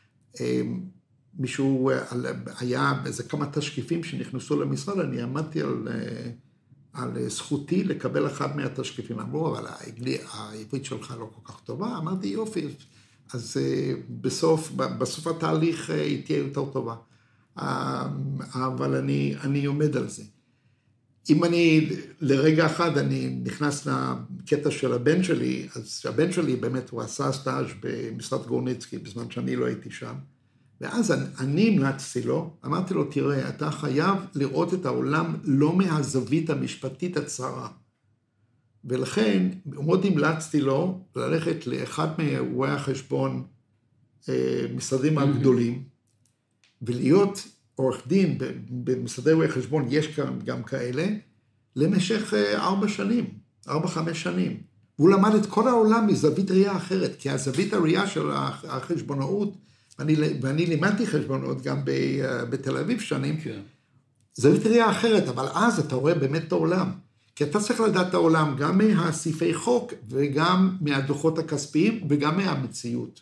מישהו, היה איזה כמה תשקיפים שנכנסו למשרד, אני עמדתי על, על זכותי לקבל אחד מהתשקיפים. אמרו, אבל העברית שלך לא כל כך טובה. אמרתי, יופי, אז בסוף, בסוף התהליך היא תהיה יותר טובה. אבל אני, אני עומד על זה. אם אני, לרגע אחד, אני נכנס לקטע של הבן שלי, אז הבן שלי באמת, הוא עשה סטאז' במשרד גורניצקי, בזמן שאני לא הייתי שם, ואז אני המלצתי לו, אמרתי לו, תראה, אתה חייב לראות את העולם לא מהזווית המשפטית הצרה, ולכן, מאוד המלצתי לו ללכת לאחד מרואי החשבון, משרדים הגדולים, ולהיות עורך דין במשרדי רואי חשבון, יש גם, גם כאלה, למשך ארבע שנים, ארבע, חמש שנים. והוא למד את כל העולם מזווית ראייה אחרת, כי הזווית הראייה של החשבונאות, ואני, ואני לימדתי חשבונאות גם בתל אביב שנים, כן. זווית ראייה אחרת, אבל אז אתה רואה באמת את העולם. כי אתה צריך לדעת את העולם גם מהסעיפי חוק, וגם מהדוחות הכספיים, וגם מהמציאות.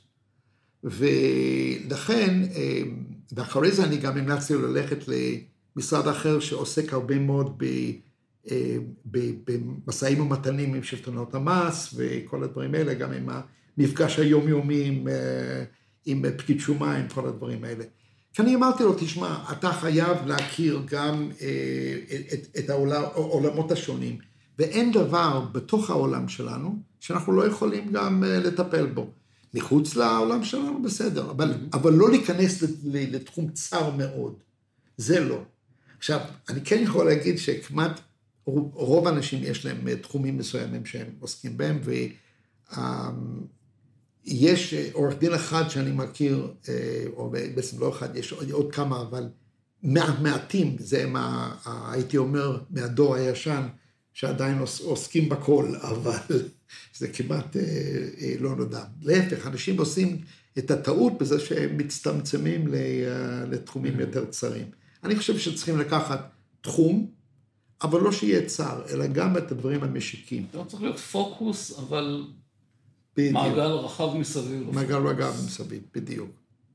ולכן, ואחרי זה אני גם המלצתי ללכת למשרד אחר שעוסק הרבה מאוד במשאים ומתנים עם שלטונות המס וכל הדברים האלה, גם עם המפגש היומיומי עם, עם פקיד שומה, עם כל הדברים האלה. כי אני אמרתי לו, תשמע, אתה חייב להכיר גם את, את העולמות השונים, ואין דבר בתוך העולם שלנו שאנחנו לא יכולים גם לטפל בו. מחוץ לעולם שלנו בסדר, אבל, אבל לא להיכנס לתחום צר מאוד, זה לא. עכשיו, אני כן יכול להגיד שכמעט רוב האנשים יש להם תחומים מסוימים שהם עוסקים בהם, ויש עורך דין אחד שאני מכיר, או בעצם לא אחד, יש עוד כמה, אבל מעט מעטים, זה מה, הייתי אומר, מהדור הישן, שעדיין עוסקים בכל, אבל זה כמעט לא נודע. להפך, אנשים עושים את הטעות בזה שהם מצטמצמים לתחומים יותר צרים. אני חושב שצריכים לקחת תחום, אבל לא שיהיה צר, אלא גם את הדברים המשיקים. לא צריך להיות פוקוס, אבל מעגל רחב מסביב. מעגל רחב מסביב, בדיוק.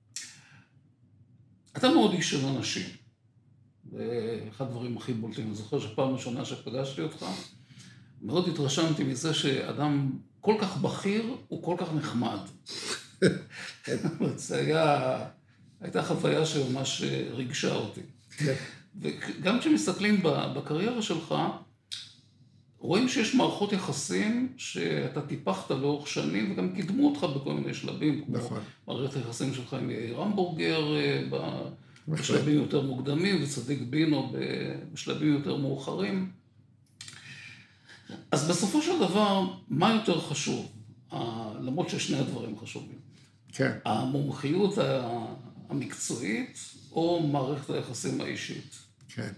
אתה מאוד איש של אנשים. ואחד הדברים הכי בולטים, אני זוכר שפעם ראשונה שפגשתי אותך, מאוד התרשמתי מזה שאדם כל כך בכיר, הוא כל כך נחמד. זה היה, הייתה חוויה שממש ריגשה אותי. וגם כשמסתכלים בקריירה שלך, רואים שיש מערכות יחסים שאתה טיפחת לאורך שנים, וגם קידמו אותך בכל מיני שלבים, כמו מערכת היחסים שלך עם יאיר המבורגר, בשלבים יותר מוקדמים, וצדיק בינו בשלבים יותר מאוחרים. אז בסופו של דבר, מה יותר חשוב? למרות ששני הדברים חשובים. כן. המומחיות המקצועית, או מערכת היחסים האישית? כן.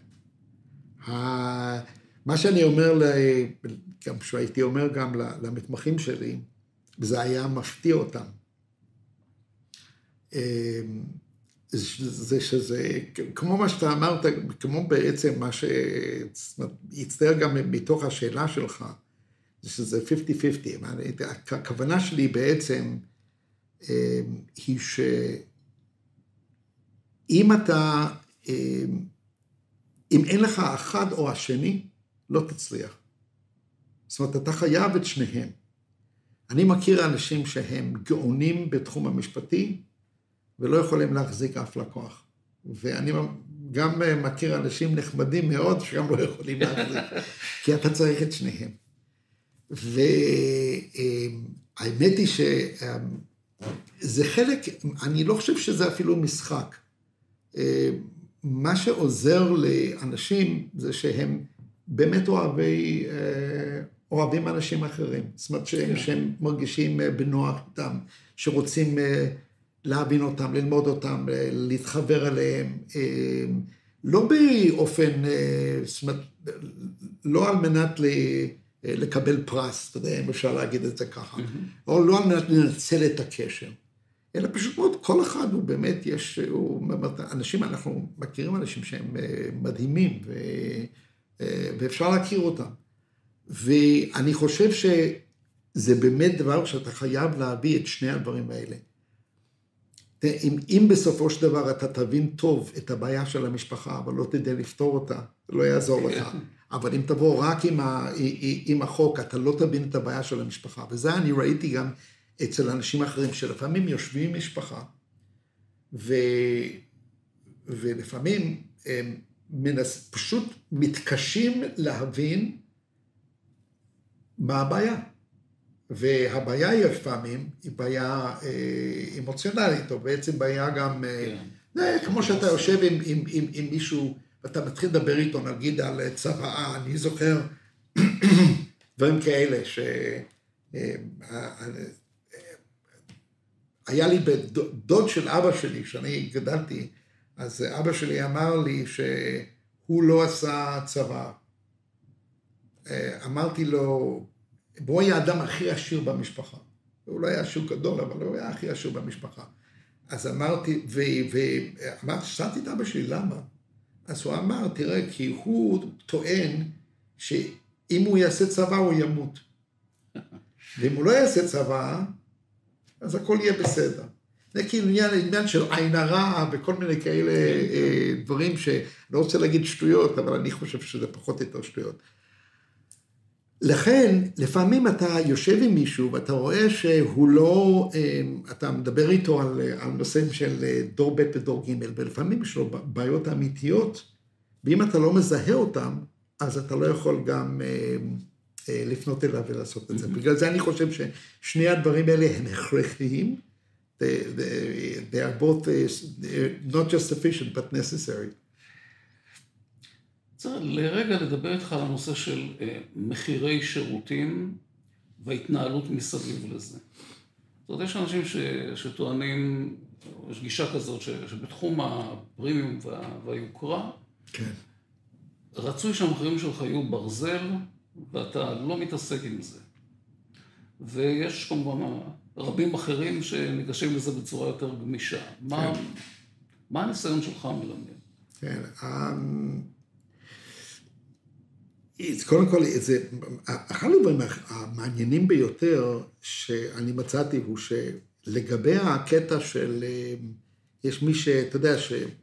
מה שאני אומר, גם שהייתי אומר גם למתמחים שלי, וזה היה מפתיע אותם. זה שזה, כמו מה שאתה אמרת, כמו בעצם מה שיצטער גם מתוך השאלה שלך, זה שזה חמישים חמישים. הכוונה שלי בעצם היא שאם אתה, אם אין לך אחד או השני, לא תצליח. זאת אומרת, אתה חייב את שניהם. אני מכיר אנשים שהם גאונים בתחום המשפטי, ולא יכולים להחזיק אף לקוח. ואני גם מכיר אנשים נחמדים מאוד, שגם לא יכולים להחזיק, כי אתה צריך את שניהם. והאמת היא שזה חלק, אני לא חושב שזה אפילו משחק. מה שעוזר לאנשים זה שהם באמת אוהבי, אוהבים אנשים אחרים. זאת אומרת שהם, שהם מרגישים בנוח איתם, שרוצים להבין אותם, ללמוד אותם, להתחבר אליהם, לא באופן, זאת אומרת, לא על מנת לקבל פרס, אתה יודע, אם אפשר להגיד את זה ככה, או לא על מנת לנצל את הקשר, אלא פשוט מאוד, כל אחד הוא באמת, יש, הוא, אנשים, אנחנו מכירים אנשים שהם מדהימים, ו, ואפשר להכיר אותם. ואני חושב שזה באמת דבר שאתה חייב להביא את שני הדברים האלה. אם, אם בסופו של דבר אתה תבין טוב את הבעיה של המשפחה, אבל לא תדע לפתור אותה, זה לא יעזור לך. אבל אם תבוא רק עם, ה, עם החוק, אתה לא תבין את הבעיה של המשפחה. וזה אני ראיתי גם אצל אנשים אחרים, שלפעמים יושבים עם משפחה, ו, ולפעמים הם מנס, פשוט מתקשים להבין מה הבעיה. והבעיה היא לפעמים, היא בעיה אה, אמוציונלית, או בעצם בעיה גם, אה, זה כמו שאתה יושב עם, עם, עם, עם מישהו, ואתה מתחיל לדבר איתו, נגיד על צוואה, אני זוכר דברים כאלה, ש... אה, אה, היה לי דוד של אבא שלי, כשאני גדלתי, אז אבא שלי אמר לי שהוא לא עשה צבא. אמרתי לו, והוא היה האדם הכי עשיר במשפחה. הוא לא היה עשיר גדול, אבל הוא היה הכי עשיר במשפחה. אז אמרתי, ואמרתי, שאלתי את אבא שלי, למה? אז הוא אמר, תראה, כי הוא טוען שאם הוא יעשה צבא, הוא ימות. ואם הוא לא יעשה צבא, אז הכל יהיה בסדר. זה כאילו עניין, עניין של עין הרע וכל מיני כאלה דברים שאני לא רוצה להגיד שטויות, אבל אני חושב שזה פחות יותר שטויות. לכן, לפעמים אתה יושב עם מישהו ואתה רואה שהוא לא, אתה מדבר איתו על, על נושאים של דור ב' ודור ג', ולפעמים יש לו בעיות אמיתיות, ואם אתה לא מזהה אותם, אז אתה לא יכול גם לפנות אליו ולעשות את זה. בגלל זה אני חושב ששני הדברים האלה הם הכרחיים, they, they, they are both not just sufficient, but necessary. צריך לרגע לדבר איתך על הנושא של מחירי שירותים וההתנהלות מסביב לזה. זאת אומרת, יש אנשים ש, שטוענים, יש גישה כזאת, ש, שבתחום הפרימיום וה, והיוקרה, כן. רצוי שהמחירים שלך יהיו ברזל, ואתה לא מתעסק עם זה. ויש כמובן רבים אחרים שניגשים לזה בצורה יותר גמישה. כן. מה, מה הניסיון שלך מלמד? כן, קודם כל, זה, אחד הדברים המעניינים ביותר שאני מצאתי הוא שלגבי הקטע של, יש מי שאתה יודע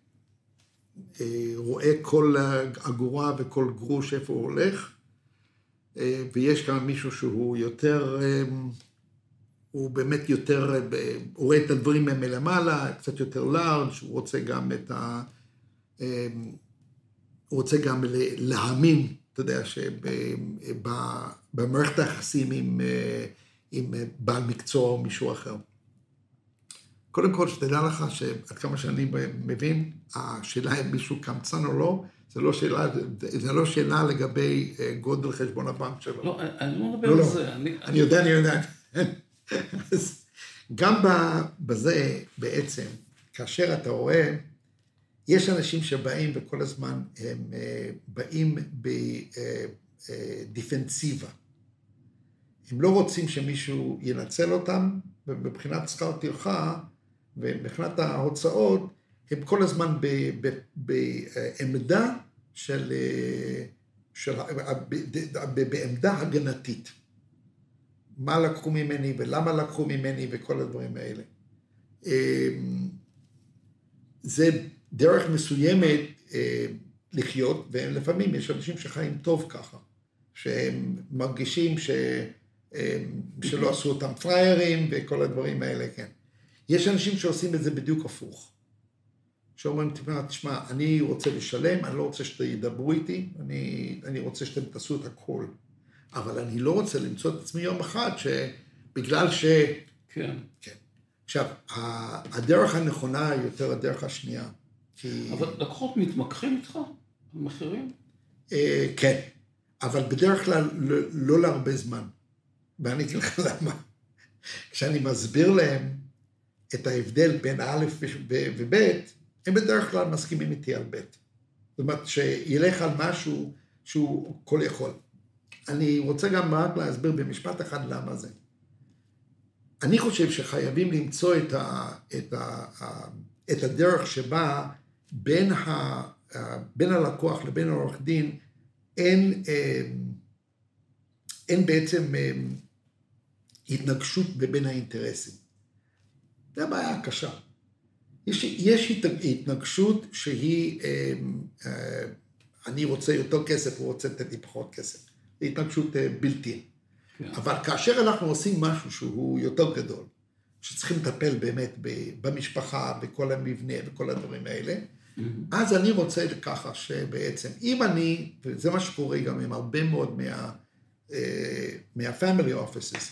שרואה כל אגורה וכל גרוש איפה הוא הולך, ויש גם מישהו שהוא יותר, הוא באמת יותר, הוא רואה את הדברים מלמעלה, קצת יותר לארג', הוא רוצה גם את ה... הוא רוצה גם להאמין, אתה יודע, שבמערכת היחסים עם, עם בעל מקצוע או מישהו אחר. קודם כל, שתדע לך שעד כמה שאני מבין, השאלה אם מישהו קמצן או לא, זה לא שאלה, זה לא שאלה לגבי גודל חשבון הבנק שלו. לא, אני לא מדבר על זה. אני יודע, אני יודע. גם בזה, בעצם, כאשר אתה רואה, יש אנשים שבאים וכל הזמן הם באים בדיפנסיבה. הם לא רוצים שמישהו ינצל אותם, ובבחינת שכר טרחה, ובבחינת ההוצאות, הם כל הזמן בעמדה של, של, בעמדה הגנתית. מה לקחו ממני ולמה לקחו ממני וכל הדברים האלה. זה דרך מסוימת לחיות, ולפעמים יש אנשים שחיים טוב ככה, שהם מרגישים ש, שלא עשו אותם פריירים וכל הדברים האלה, כן. יש אנשים שעושים את זה בדיוק הפוך. שאומרים, תשמע, אני רוצה לשלם, אני לא רוצה שתדברו איתי, אני, אני רוצה שאתם תעשו את הכל. אבל אני לא רוצה למצוא את עצמי יום אחד, שבגלל ש... כן. כן. עכשיו, הדרך הנכונה היא יותר הדרך השנייה. כי... אבל לקוחות מתמקחים איתך במחירים? כן, אבל בדרך כלל לא, לא להרבה זמן. ואני אגיד לך למה. כשאני מסביר להם את ההבדל בין א' וב', הם בדרך כלל מסכימים איתי על ב'. זאת אומרת, שילך על משהו שהוא כל יכול. אני רוצה גם רק להסביר במשפט אחד למה זה. אני חושב שחייבים למצוא את, ה, את, ה, את הדרך שבה בין, ה, בין הלקוח לבין העורך דין אין, אין בעצם התנגשות בין האינטרסים. זה הבעיה הקשה. יש, יש התנגשות שהיא, אני רוצה יותר כסף, הוא רוצה לתת לי פחות כסף. זה התנגשות בלתי. כן. אבל כאשר אנחנו עושים משהו שהוא יותר גדול, שצריכים לטפל באמת במשפחה, בכל המבנה וכל הדברים האלה, mm-hmm. אז אני רוצה ככה שבעצם, אם אני, וזה מה שקורה גם עם הרבה מאוד מה, מה-family offices,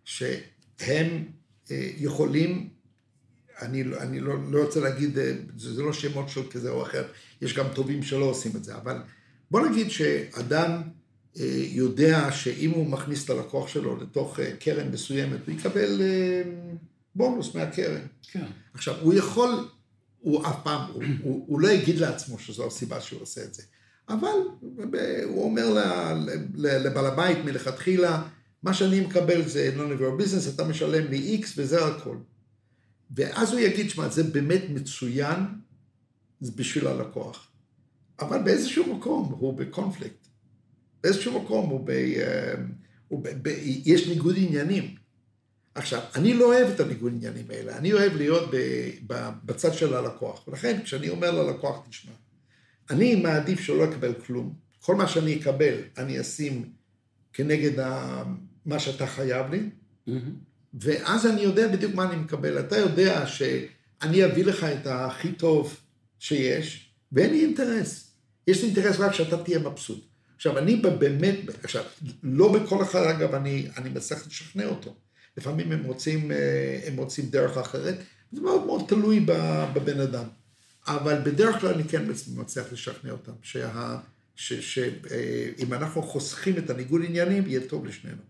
שהם יכולים, אני, אני לא, לא רוצה להגיד, זה, זה לא שמות של כזה או אחר, יש גם טובים שלא עושים את זה, אבל בוא נגיד שאדם יודע שאם הוא מכניס את הלקוח שלו לתוך קרן מסוימת, הוא יקבל בונוס מהקרן. כן. עכשיו, הוא יכול, הוא אף פעם, הוא, הוא, הוא לא יגיד לעצמו שזו הסיבה שהוא עושה את זה, אבל הוא אומר לבעל הבית מלכתחילה, מה שאני מקבל זה non-revenue business, אתה משלם לי X וזה הכל. ואז הוא יגיד, שמה, זה באמת מצוין, זה בשביל הלקוח. אבל באיזשהו מקום הוא בקונפליקט. באיזשהו מקום הוא ב... הוא ב, ב יש ניגוד עניינים. עכשיו, אני לא אוהב את הניגוד עניינים האלה, אני אוהב להיות ב, ב, בצד של הלקוח. ולכן, כשאני אומר ללקוח, תשמע, אני מעדיף שלא אקבל כלום. כל מה שאני אקבל, אני אשים כנגד ה, מה שאתה חייב לי, mm-hmm. ואז אני יודע בדיוק מה אני מקבל. אתה יודע שאני אביא לך את הכי טוב שיש, ואין לי אינטרס. יש לי אינטרס רק שאתה תהיה מבסוט. עכשיו, אני באמת, עכשיו, לא בכל אחד, אגב, אני, אני מצליח לשכנע אותו. לפעמים הם רוצים, הם רוצים דרך אחרת, זה מאוד מאוד תלוי בבן אדם. אבל בדרך כלל אני כן מצליח לשכנע אותם, שה, ש, שאם אנחנו חוסכים את הניגוד עניינים, יהיה טוב לשנינו.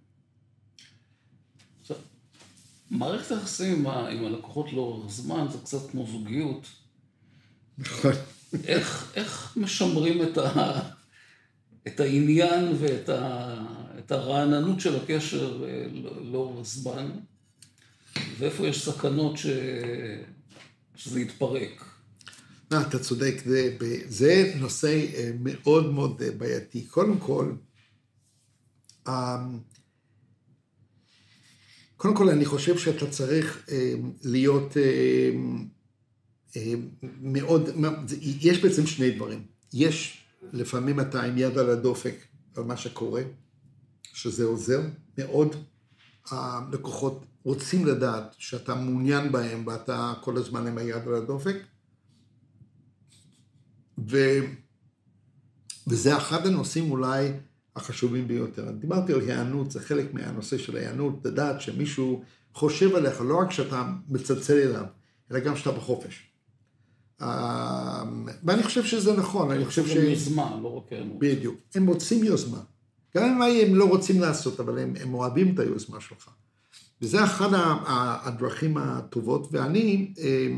מערכת היחסים עם הלקוחות לאורך זמן, זה קצת כמו זוגיות. נכון. איך, איך משמרים את ה... את העניין ואת ה, את הרעננות של הקשר לאורך זמן, ואיפה יש סכנות ש, שזה יתפרק. אתה צודק, זה, זה נושא מאוד מאוד בעייתי. קודם כל, קודם כל אני חושב שאתה צריך להיות מאוד, יש בעצם שני דברים. יש לפעמים אתה עם יד על הדופק על מה שקורה, שזה עוזר מאוד. הלקוחות רוצים לדעת שאתה מעוניין בהם, ואתה כל הזמן עם היד על הדופק. ו... וזה אחד הנושאים אולי החשובים ביותר. דיברתי על הענות, זה חלק מהנושא של הענות, לדעת שמישהו חושב עליך, לא רק שאתה מצלצל אליו, אלא גם שאתה בחופש. ואני חושב שזה נכון, אני חושב ש... זה יוזמה, לא רק הענות. בדיוק, הם רוצים יוזמה. גם אם הם לא רוצים לעשות, אבל הם, הם אוהבים את היוזמה שלך. וזה אחד הדרכים הטובות, ואני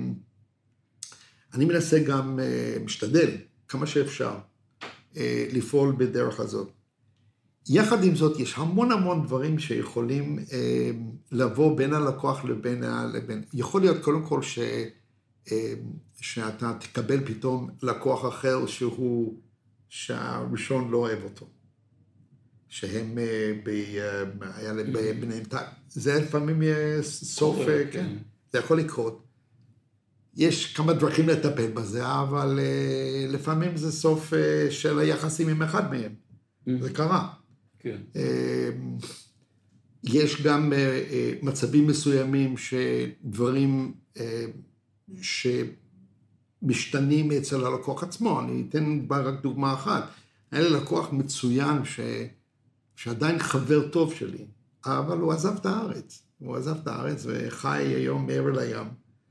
אני מנסה גם, משתדל, כמה שאפשר, לפעול בדרך הזאת. יחד עם זאת, יש המון המון דברים שיכולים לבוא בין הלקוח לבין, לבין... יכול להיות קודם כל ש... שאתה תקבל פתאום לקוח אחר שהוא, שהראשון לא אוהב אותו. שהם ב... היה ביניהם... זה לפעמים סוף, כן, זה יכול לקרות. יש כמה דרכים לטפל בזה, אבל לפעמים זה סוף של היחסים עם אחד מהם. זה קרה. כן. יש גם מצבים מסוימים שדברים שמשתנים אצל הלקוח עצמו. אני אתן רק דוגמה אחת. היה לי לקוח מצוין ש... שעדיין חבר טוב שלי, אבל הוא עזב את הארץ. הוא עזב את הארץ וחי היום מעבר לים.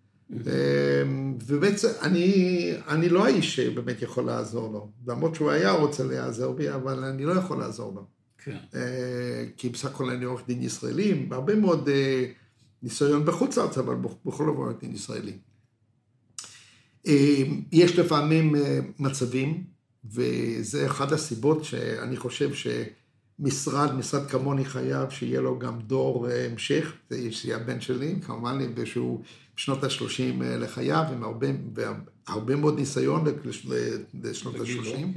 ובעצם אני, אני לא האיש שבאמת יכול לעזור לו. למרות שהוא היה רוצה לעזור בי, אבל אני לא יכול לעזור לו. כן. כי בסך הכל אני עורך דין ישראלים, הרבה מאוד ניסיון בחוץ לארץ, אבל בכל עבור דין ישראלי. יש לפעמים מצבים, וזה אחד הסיבות שאני חושב שמשרד, משרד כמוני חייב שיהיה לו גם דור המשך, זה יש לי הבן שלי, כמובן שהוא בשנות ה-שלושים לחייו, עם הרבה, הרבה מאוד ניסיון לשנות ה-שלושים.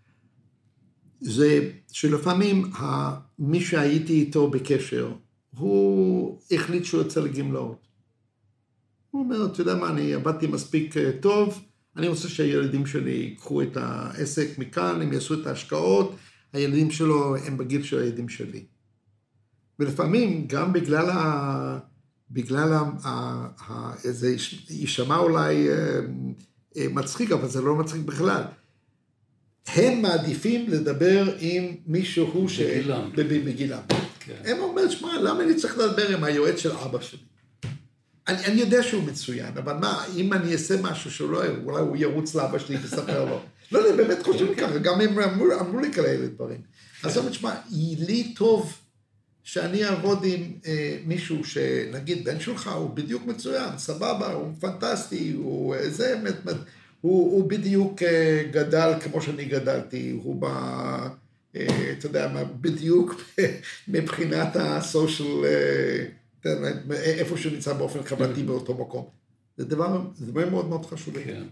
זה שלפעמים מי שהייתי איתו בקשר, הוא החליט שהוא יוצא לגמלאות. הוא אומר, אתה יודע מה, אני עבדתי מספיק טוב, אני רוצה שהילדים שלי ייקחו את העסק מכאן, הם יעשו את ההשקעות, הילדים שלו הם בגיל של הילדים שלי. ולפעמים, גם בגלל ה... בגלל ה... ה... זה יישמע אולי מצחיק, אבל זה לא מצחיק בכלל. הם מעדיפים לדבר עם מישהו ש... בגילם. בגילם. כן. הם אומרים, שמע, למה אני צריך לדבר עם היועץ של אבא שלי? אני, אני יודע שהוא מצוין, אבל מה, אם אני אעשה משהו שהוא לא, אולי הוא ירוץ לאבא שלי וספר לו. לא, אני באמת חושב ככה, גם הם אמרו, אמרו לי כאלה דברים. אז אני אומר, שמע, לי טוב שאני אעבוד עם אה, מישהו שנגיד, בן שלך הוא בדיוק מצוין, סבבה, הוא פנטסטי, הוא זה, הוא, הוא בדיוק אה, גדל כמו שאני גדלתי, הוא בא, אה, אתה יודע מה, בדיוק מבחינת הסושיאל, אה, איפה שהוא נמצא באופן חברתי באותו מקום. זה דבר, זה דבר מאוד מאוד חשוב. כן.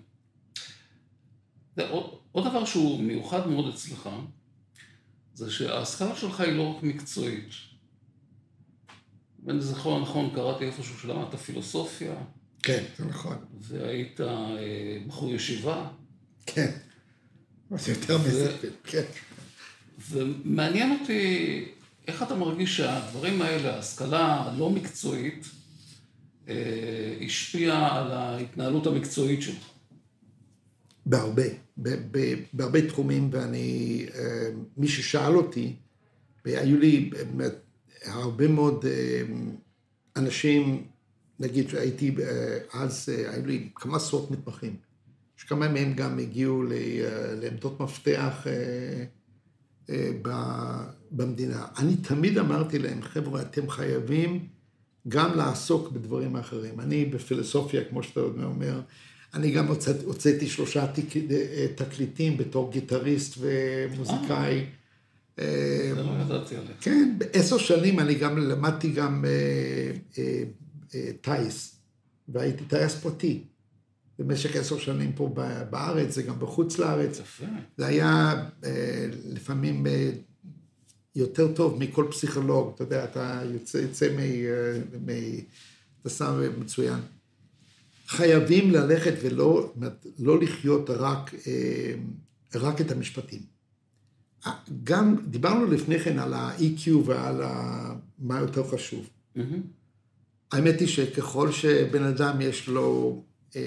עוד, עוד דבר שהוא מיוחד מאוד אצלך, זה שההשכלה שלך היא לא רק מקצועית. בין זכרון נכון, קראתי איפשהו שלמדת פילוסופיה. כן, זה נכון. והיית בחור ישיבה. כן. זה יותר מזה, כן. ומעניין אותי איך אתה מרגיש שהדברים האלה, ההשכלה הלא מקצועית, השפיעה על ההתנהלות המקצועית שלך? בהרבה, בהרבה תחומים, ואני, מי ששאל אותי, והיו לי הרבה מאוד אנשים, נגיד שהייתי, אז היו לי כמה עשרות מתמחים, שכמה מהם גם הגיעו לעמדות מפתח במדינה. אני תמיד אמרתי להם, חבר'ה, אתם חייבים גם לעסוק בדברים אחרים. אני בפילוסופיה, כמו שאתה אומר, אני גם הוצאתי שלושה תקליטים בתור גיטריסט ומוזיקאי. זה לא ידעתי עליך. כן, בעשר שנים אני גם למדתי גם טייס, והייתי טייס פרטי. במשך עשר שנים פה בארץ, זה גם בחוץ לארץ. יפה. זה היה לפעמים יותר טוב מכל פסיכולוג. אתה יודע, אתה יוצא, יוצא מ... אתה שם מצוין. חייבים ללכת ולא לא לחיות רק, רק את המשפטים. גם דיברנו לפני כן על ה-אי קיו ועל ה... מה יותר חשוב. Mm-hmm. האמת היא שככל שבן אדם יש לו...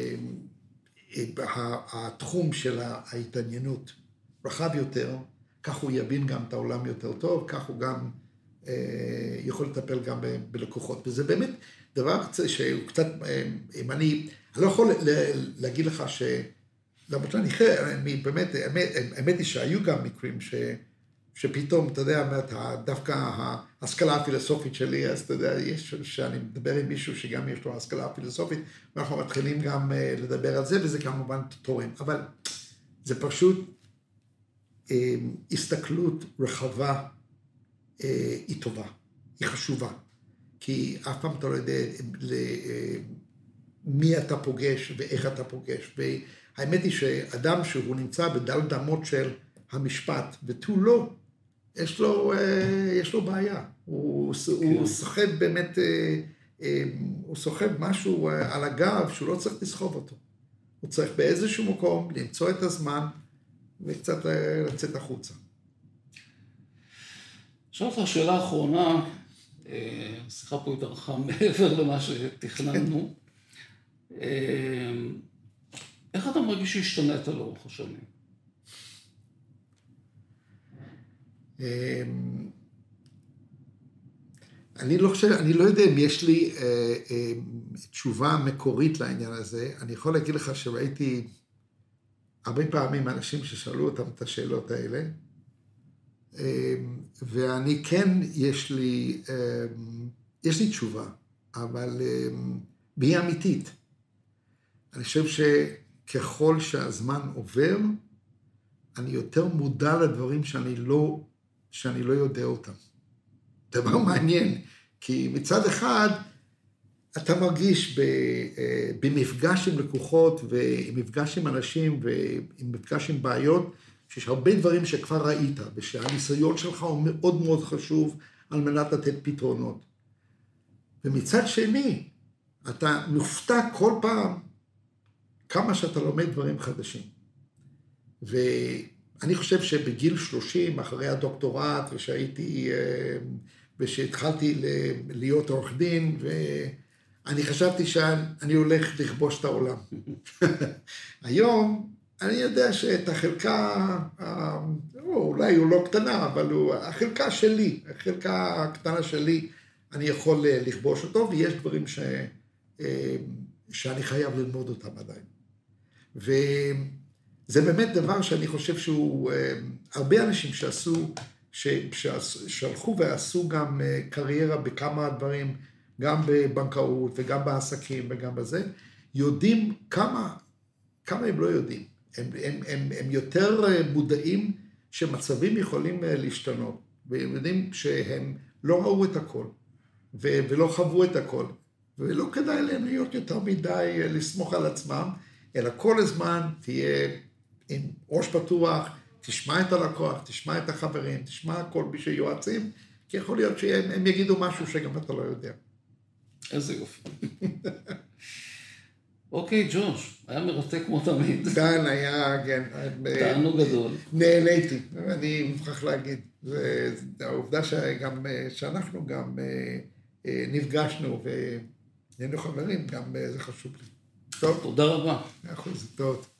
התחום של ההתעניינות רחב יותר, כך הוא יבין גם את העולם יותר טוב, כך הוא גם יכול לטפל גם בלקוחות. וזה באמת דבר שהוא קצת, אם אני, אני לא יכול להגיד לך ש... למרות שאני באמת, האמת היא שהיו גם מקרים ש... שפתאום, אתה יודע, דווקא ההשכלה הפילוסופית שלי, אז אתה יודע, יש שאני מדבר עם מישהו שגם יש לו השכלה הפילוסופית, ואנחנו מתחילים גם לדבר על זה, וזה כמובן תורם. אבל זה פשוט הסתכלות רחבה, היא טובה, היא חשובה. כי אף פעם אתה לא יודע מי אתה פוגש ואיך אתה פוגש. והאמת היא שאדם שהוא נמצא בדלת אמות של המשפט, ותו לא, יש לו, יש לו בעיה. הוא, כן. הוא סוחב באמת, הוא סוחב משהו על הגב שהוא לא צריך לסחוב אותו. הוא צריך באיזשהו מקום למצוא את הזמן וקצת לצאת החוצה. עכשיו לך, השאלה האחרונה, השיחה פה התארכה מעבר למה שתכננו. איך אתה מרגיש שהשתנית לאורך השנים? אני לא חושב, אני לא יודע אם יש לי אה, אה, תשובה מקורית לעניין הזה. אני יכול להגיד לך שראיתי הרבה פעמים אנשים ששאלו אותם את השאלות האלה, אה, ואני כן, יש לי, אה, יש לי תשובה. אבל והיא אמיתית. אני חושב שככל שהזמן עובר, אני יותר מודע לדברים שאני לא, שאני לא יודע אותם. דבר מעניין, כי מצד אחד, אתה מרגיש במפגש עם לקוחות, ומפגש עם אנשים, ומפגש עם בעיות, שיש הרבה דברים שכבר ראית, ושהניסיון שלך הוא מאוד מאוד חשוב, על מנת לתת פתרונות. ומצד שני, אתה מופתע כל פעם, כמה שאתה לומד דברים חדשים. ואני חושב שבגיל שלושים, אחרי הדוקטורט, ושהייתי, ושהתחלתי להיות עורך דין, ואני חשבתי שאני הולך לכבוש את העולם. היום, אני יודע שאת החלקה, אולי הוא לא קטנה, אבל הוא, החלקה שלי, החלקה הקטנה שלי, אני יכול לכבוש אותו, ויש דברים ש, שאני חייב ללמוד אותם עדיין. וזה באמת דבר שאני חושב שהוא, הרבה אנשים שעשו, שהלכו ועשו גם קריירה בכמה דברים, גם בבנקאות וגם בעסקים וגם בזה, יודעים כמה, כמה הם לא יודעים. הם, הם, הם, הם יותר מודעים שמצבים יכולים להשתנות, והם יודעים שהם לא ראו את הכל, ו, ולא חוו את הכל, ולא כדאי להם להיות יותר מדי לסמוך על עצמם, אלא כל הזמן תהיה עם ראש פתוח, תשמע את הלקוח, תשמע את החברים, תשמע כל מי שיועצים, כי יכול להיות שהם יגידו משהו שגם אתה לא יודע. איזה יופי. אוקיי, ג'וש, היה מרתק כמו תמיד. כאן היה, כן. תענוג גדול. נהניתי, אני מוכרח להגיד. העובדה שגם, שאנחנו גם נפגשנו והיינו חברים, גם זה חשוב לי. טוב. תודה רבה. אחוז, טוב.